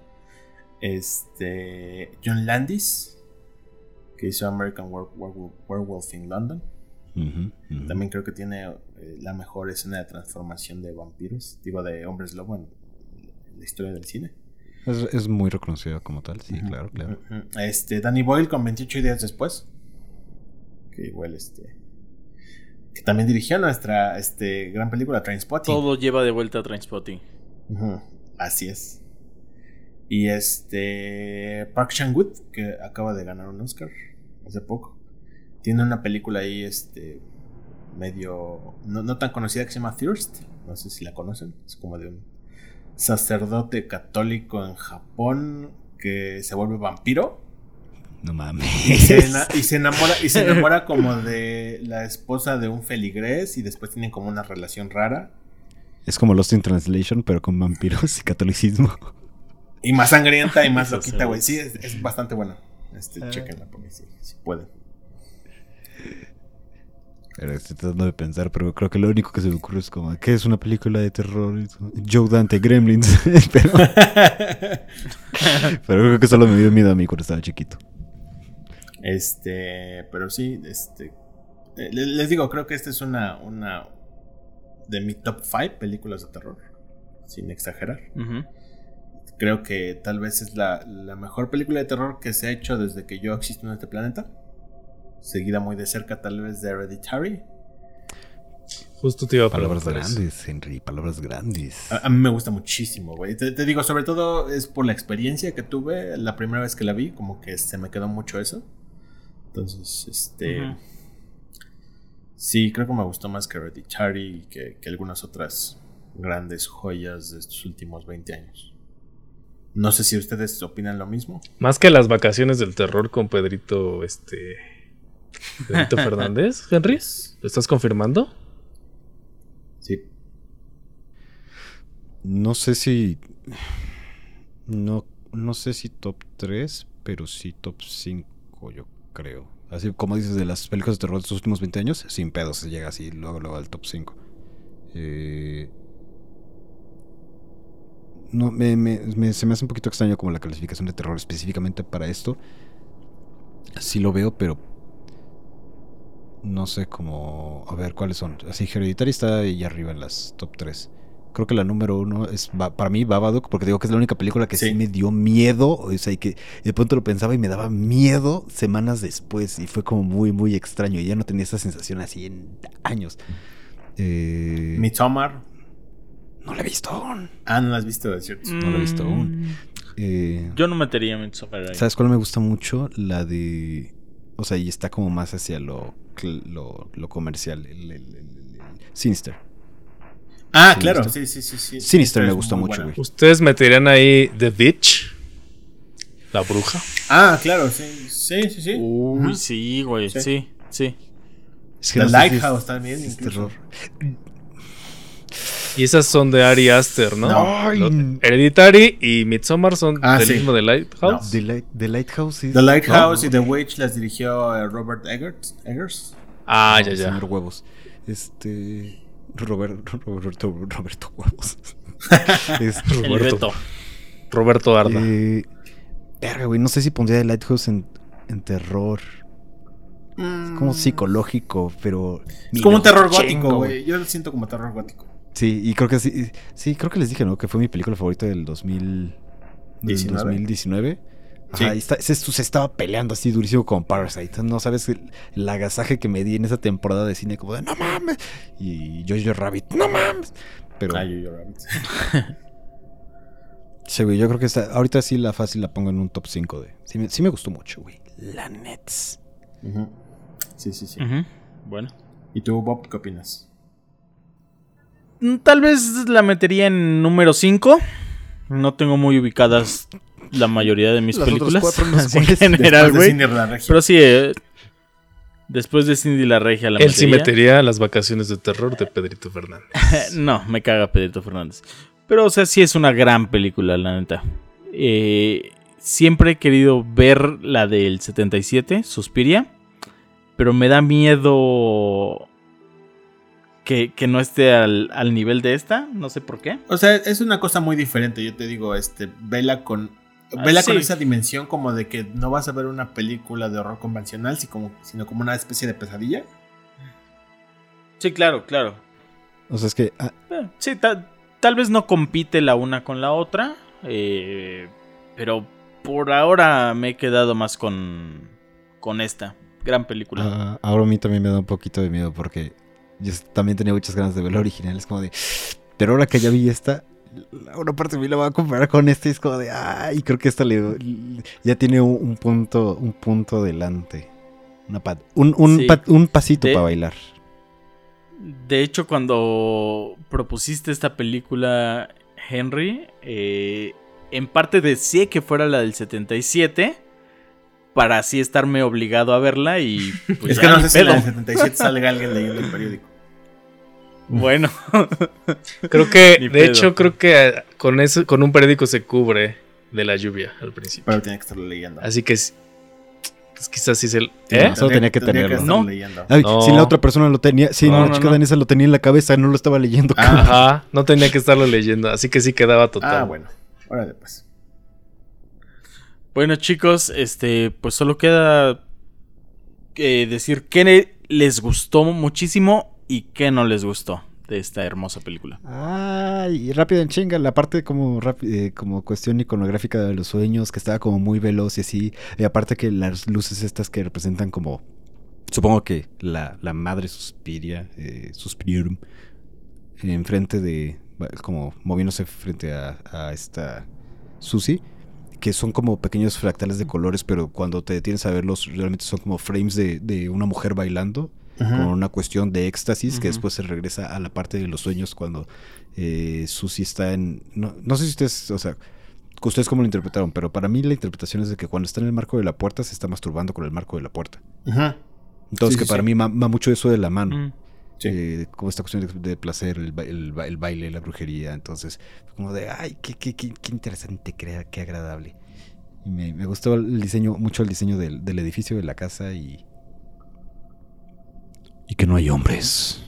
Este, John Landis, que hizo American Were- Were- Werewolf in London. Uh-huh, uh-huh. También creo que tiene eh, la mejor escena de transformación de vampiros, digo, de hombres lobo en la historia del cine. Es, es muy reconocido como tal, sí, uh-huh, claro, claro. Uh-huh. Este, Danny Boyle con veintiocho días después, que igual este, que también dirigió nuestra este, gran película Trainspotting. Todo lleva de vuelta a Trainspotting. Uh-huh. Así es. Y este Park Chan-wook, que acaba de ganar un Oscar hace poco. Tiene una película ahí, este, medio, no, no tan conocida, que se llama Thirst. No sé si la conocen. Es como de un sacerdote católico en Japón que se vuelve vampiro. No mames. Y se, y se enamora, y se enamora como de la esposa de un feligrés y después tienen como una relación rara. Es como Lost in Translation, pero con vampiros y catolicismo. Y más sangrienta y más loquita, güey. Sí, es, es bastante buena. Este, ah. Chequenla porque si, si pueden. Pero estoy tratando de pensar, pero creo que lo único que se me ocurre es como, ¿qué es una película de terror? Joe Dante, Gremlins. pero, pero creo que solo me dio miedo a mí cuando estaba chiquito. Este, pero sí, este, eh, les digo, creo que esta es una, una de mi top cinco películas de terror, sin exagerar. Uh-huh. Creo que tal vez es la, la mejor película de terror que se ha hecho desde que yo existo en este planeta. Seguida muy de cerca tal vez de Hereditary. Justo te iba a palabras grandes, eso. Henry, palabras grandes. A, a mí me gusta muchísimo, güey. Te, te digo, sobre todo es por la experiencia que tuve la primera vez que la vi, como que se me quedó mucho eso. Entonces, este... Uh-huh. Sí, creo que me gustó más que Hereditary y que, que algunas otras grandes joyas de estos últimos veinte años. No sé si ustedes opinan lo mismo. Más que las vacaciones del terror con Pedrito, este... Pedrito Fernández, Henry, ¿lo estás confirmando? Sí. No sé si... No, no sé si top tres, pero sí top cinco, yo creo. Así como dices, de las películas de terror de estos últimos veinte años, sin pedos se llega así, luego, luego al top cinco. Eh... No, me, me, me, se me hace un poquito extraño como la clasificación de terror específicamente para esto. Sí lo veo, pero no sé cómo... A ver, ¿cuáles son? Así, Hereditary está ahí arriba en las top tres. Creo que la número uno es para mí Babadook, porque digo que es la única película que sí, sí me dio miedo. O sea, y que de pronto lo pensaba y me daba miedo semanas después. Y fue como muy, muy extraño. Y ya no tenía esa sensación así en años. Eh... Midsommar. No la he visto aún. Ah, no la has visto, es cierto. No la he visto aún. Eh, Yo no metería Midsommar ahí. ¿Sabes cuál me gusta mucho? La de... O sea, y está como más hacia lo, lo, lo comercial. El, el, el, el Sinister. Ah, Sinister. Claro. Sí, sí, sí. sí. Sinister me gusta mucho, güey. ¿Ustedes meterían ahí The Witch? La bruja. Ah, claro, sí. Sí, sí, sí. Uy, uh-huh. sí, güey. Sí, sí. sí. Es que The no Lighthouse si también. Es terror. Y esas son de Ari Aster, ¿no? No. no Hereditary y Midsommar son ah, del sí. mismo de Lighthouse. No. The, Light, The Lighthouse is... The Lighthouse no. y The Witch las dirigió Robert Eggers. Eggers. Ah, no, ya, ya. Señor Huevos. Este... Robert, Roberto, Roberto Huevos. este, Roberto. Roberto Arda. Eh, verga, güey, no sé si pondría The Lighthouse en, en terror. Es como psicológico, pero... Es como un terror chingo, gótico, güey. Yo lo siento como terror gótico. Sí, y creo que sí, sí, creo que les dije, ¿no? Que fue mi película favorita del dos mil diecinueve. dos mil diecinueve. Sí. Ajá, y está, se, se estaba peleando así durísimo con Parasite. No sabes el, el agasaje que me di en esa temporada de cine, como de no mames. Y Jojo Rabbit, no mames. Pero. Ah, Jojo Rabbit. Sí, güey, yo creo que está, ahorita sí la fácil la pongo en un top cinco de. Sí me, sí me gustó mucho, güey. La Nets. Uh-huh. Sí, sí, sí. Uh-huh. Bueno. ¿Y tú, Bob, qué opinas? Tal vez la metería en número cinco. No tengo muy ubicadas la mayoría de mis Las películas. otras cuatro no sé en cuáles. general, Después de güey. Cindy la Regia. Pero sí, eh, después de Cindy la Regia la Él sí metería. metería Las vacaciones de terror de Pedrito Fernández. No, me caga Pedrito Fernández. Pero, o sea, sí es una gran película, la neta. Eh, siempre he querido ver la del setenta y siete, Suspiria. Pero me da miedo que, que no esté al, al nivel de esta. No sé por qué. O sea, es una cosa muy diferente. Yo te digo, este, vela con. Ah, Vela sí. con esa dimensión como de que no vas a ver una película de horror convencional, sino como, sino como una especie de pesadilla. Sí, claro, claro. O sea, es que. Ah, Eh, sí, ta- tal vez no compite la una con la otra. eh, pero por ahora me he quedado más con, con esta. Gran película. ah, ahora a mí también me da un poquito de miedo porque yo también tenía muchas ganas de ver la original. Es como de. Pero ahora que ya vi esta. Una parte de mí la va a comparar con esta y es como de, ay, creo que esta le, ya tiene un, un punto, un punto delante, una pa- un, un, Sí. pa- un pasito De- para bailar. De hecho, cuando propusiste esta película, Henry, eh, en parte deseé que fuera la del setenta y siete para así estarme obligado a verla y pues es ya que no ni sé si en pedo. el setenta y siete salga alguien leyendo el periódico. Bueno, Creo que, Ni de pedo. hecho, creo que eh, con eso, con un periódico se cubre de la lluvia al principio. Pero tiene que estarlo leyendo. Así que es- pues quizás sí se... ¿Eh? No, solo tenía que tenerlo. estarlo No. leyendo. Ay, No. si la otra persona lo tenía, si No, la no, chica no. danesa lo tenía en la cabeza, no lo estaba leyendo. Ah. Ajá, no tenía que estarlo leyendo, así que sí quedaba total. Ah, bueno. Órale, pues. bueno chicos, este, pues solo queda eh, decir qué les gustó muchísimo y qué no les gustó de esta hermosa película. Ay, y rápido en chinga, la parte como rápi- eh, como cuestión iconográfica de los sueños, que estaba como muy veloz y así. Y aparte que las luces estas que representan como, supongo que la, la madre Suspiria, eh, Suspirium, enfrente de, como moviéndose frente a, a esta Susie, que son como pequeños fractales de colores, pero cuando te detienes a verlos, realmente son como frames de, de una mujer bailando. Ujú. Con una cuestión de éxtasis que Ujú. después se regresa a la parte de los sueños cuando eh, Susie está en... No, no sé si ustedes, o sea, ustedes cómo lo interpretaron, pero para mí la interpretación es de que cuando está en el marco de la puerta se está masturbando con el marco de la puerta. Ujú. Entonces Sí, que sí, para sí. mí va, va mucho eso de la mano. Mm. Sí. Eh, como esta cuestión de, de placer, el, ba- el, ba- el baile, la brujería. Entonces, como de, ay, qué, qué, qué, qué interesante, qué, qué agradable. Y me, me gustó el diseño, mucho el diseño del, del edificio de la casa y... Y que no hay hombres.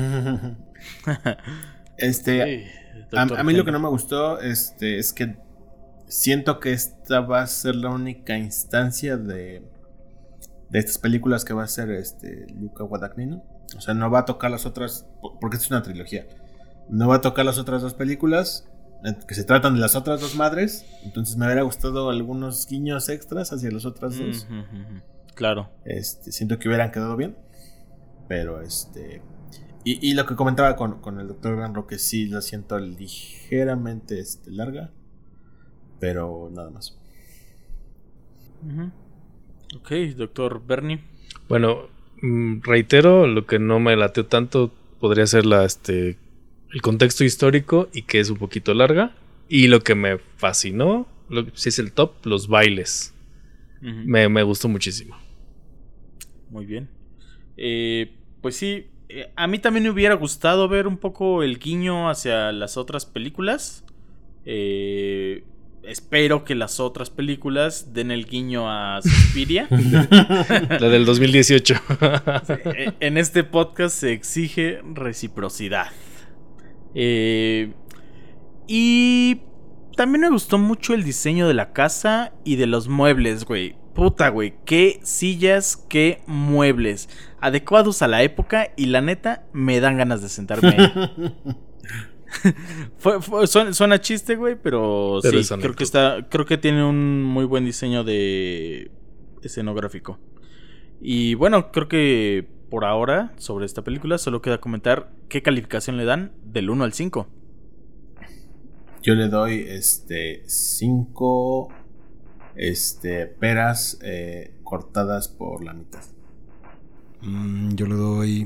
Este, Sí, a, doctor a mí lo que Henry. no me gustó este, es que siento que esta va a ser la única instancia de, de estas películas que va a hacer este, Luca Guadagnino. O sea, no va a tocar las otras, po- porque esto es una trilogía. No va a tocar las otras dos películas eh, que se tratan de las otras dos madres. Entonces me hubiera gustado algunos guiños extras hacia las otras dos. Ujú, ujú. Claro. Este, siento que hubieran quedado bien. Pero este. Y, y lo que comentaba con, con el doctor Gran Roque, sí la siento ligeramente este, larga. Pero nada más. Ujú. Ok, doctor Bernie. Bueno, mm, reitero, lo que no me lateó tanto podría ser la, este, el contexto histórico y que es un poquito larga. Y lo que me fascinó, lo, si es el top, los bailes. Ujú. Me, me gustó muchísimo. Muy bien. Eh, pues sí, eh, a mí también me hubiera gustado ver un poco el guiño hacia las otras películas. Eh, espero que las otras películas den el guiño a Suspiria. La del dos mil dieciocho. Eh, en este podcast se exige reciprocidad. Eh, y también me gustó mucho el diseño de la casa y de los muebles, güey. Puta, güey, qué sillas, qué muebles. Adecuados a la época y la neta me dan ganas de sentarme ahí. fue, fue, suena, suena chiste, güey, pero, pero sí, creo que está, creo que tiene un muy buen diseño de escenográfico. Y bueno, creo que por ahora, sobre esta película, solo queda comentar qué calificación le dan del uno al cinco. Yo le doy este cinco este, peras eh, cortadas por la mitad. Mm, yo le doy...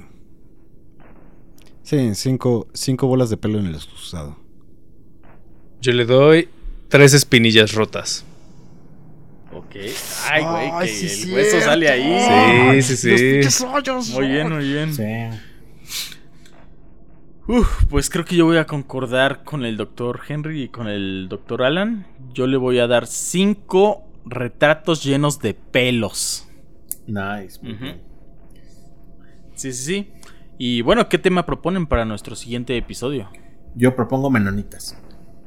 Sí, cinco, cinco bolas de pelo en el excusado. Yo le doy tres espinillas rotas. Ok. Ay, güey, Ay, que sí, el cierto. hueso sale ahí. Sí, sí, sí. Muy bien, muy bien. Sí. Uf, pues creo que yo voy a concordar con el doctor Henry y con el doctor Alan. Yo le voy a dar cinco retratos llenos de pelos. Nice. Muy Ujú. bien. Sí, sí, sí. Y bueno, ¿qué tema proponen para nuestro siguiente episodio? Yo propongo menonitas.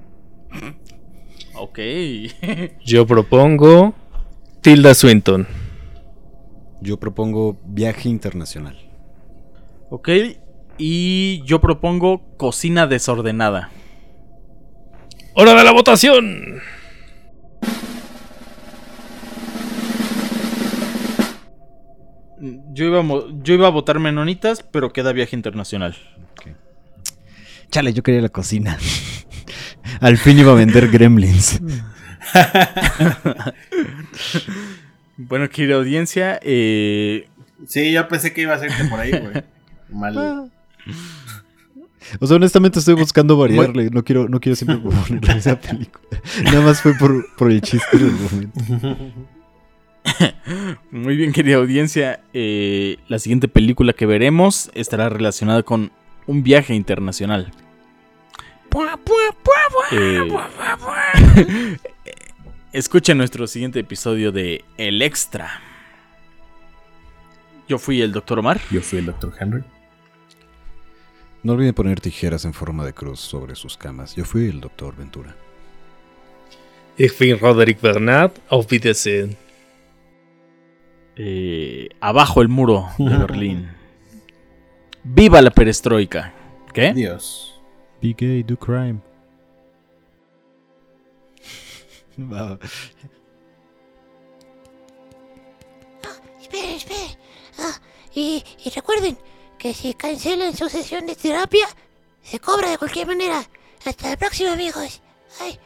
Ok. Yo propongo Tilda Swinton. Yo propongo viaje internacional. Ok. Y yo propongo cocina desordenada. ¡Hora de la votación! Yo iba, a mo- yo iba a votar menonitas, pero queda viaje internacional. Chale, yo quería la cocina. Al fin iba a vender Gremlins. Bueno, querida audiencia, eh, Sí, yo pensé que iba a ser por ahí, güey. Mal. O sea, honestamente estoy buscando variarle. No quiero, no quiero siempre ponerle esa película. Nada más fue por, por el chiste del momento. muy bien, querida audiencia. eh, la siguiente película que veremos estará relacionada con un viaje internacional. Eh, escuchen nuestro siguiente episodio de El Extra. Yo fui el doctor Omar. Yo fui el doctor Henry. No olviden poner tijeras en forma de cruz sobre sus camas. Yo fui el doctor Ventura. Ich bin Roderick Bernard. Auf Wiedersehen. Eh, abajo el muro de Berlín. ¡Viva la perestroika! ¿Qué? Adiós. Be gay, do crime. Wow. Esperen, esperen. Ah, y, y recuerden que si cancelan su sesión de terapia, se cobra de cualquier manera. Hasta la próxima, amigos. Ay.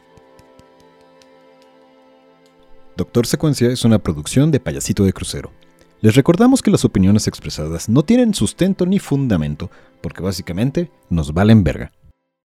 Doctor Secuencia es una producción de Payasito de Crucero. Les recordamos que las opiniones expresadas no tienen sustento ni fundamento, porque básicamente nos valen verga.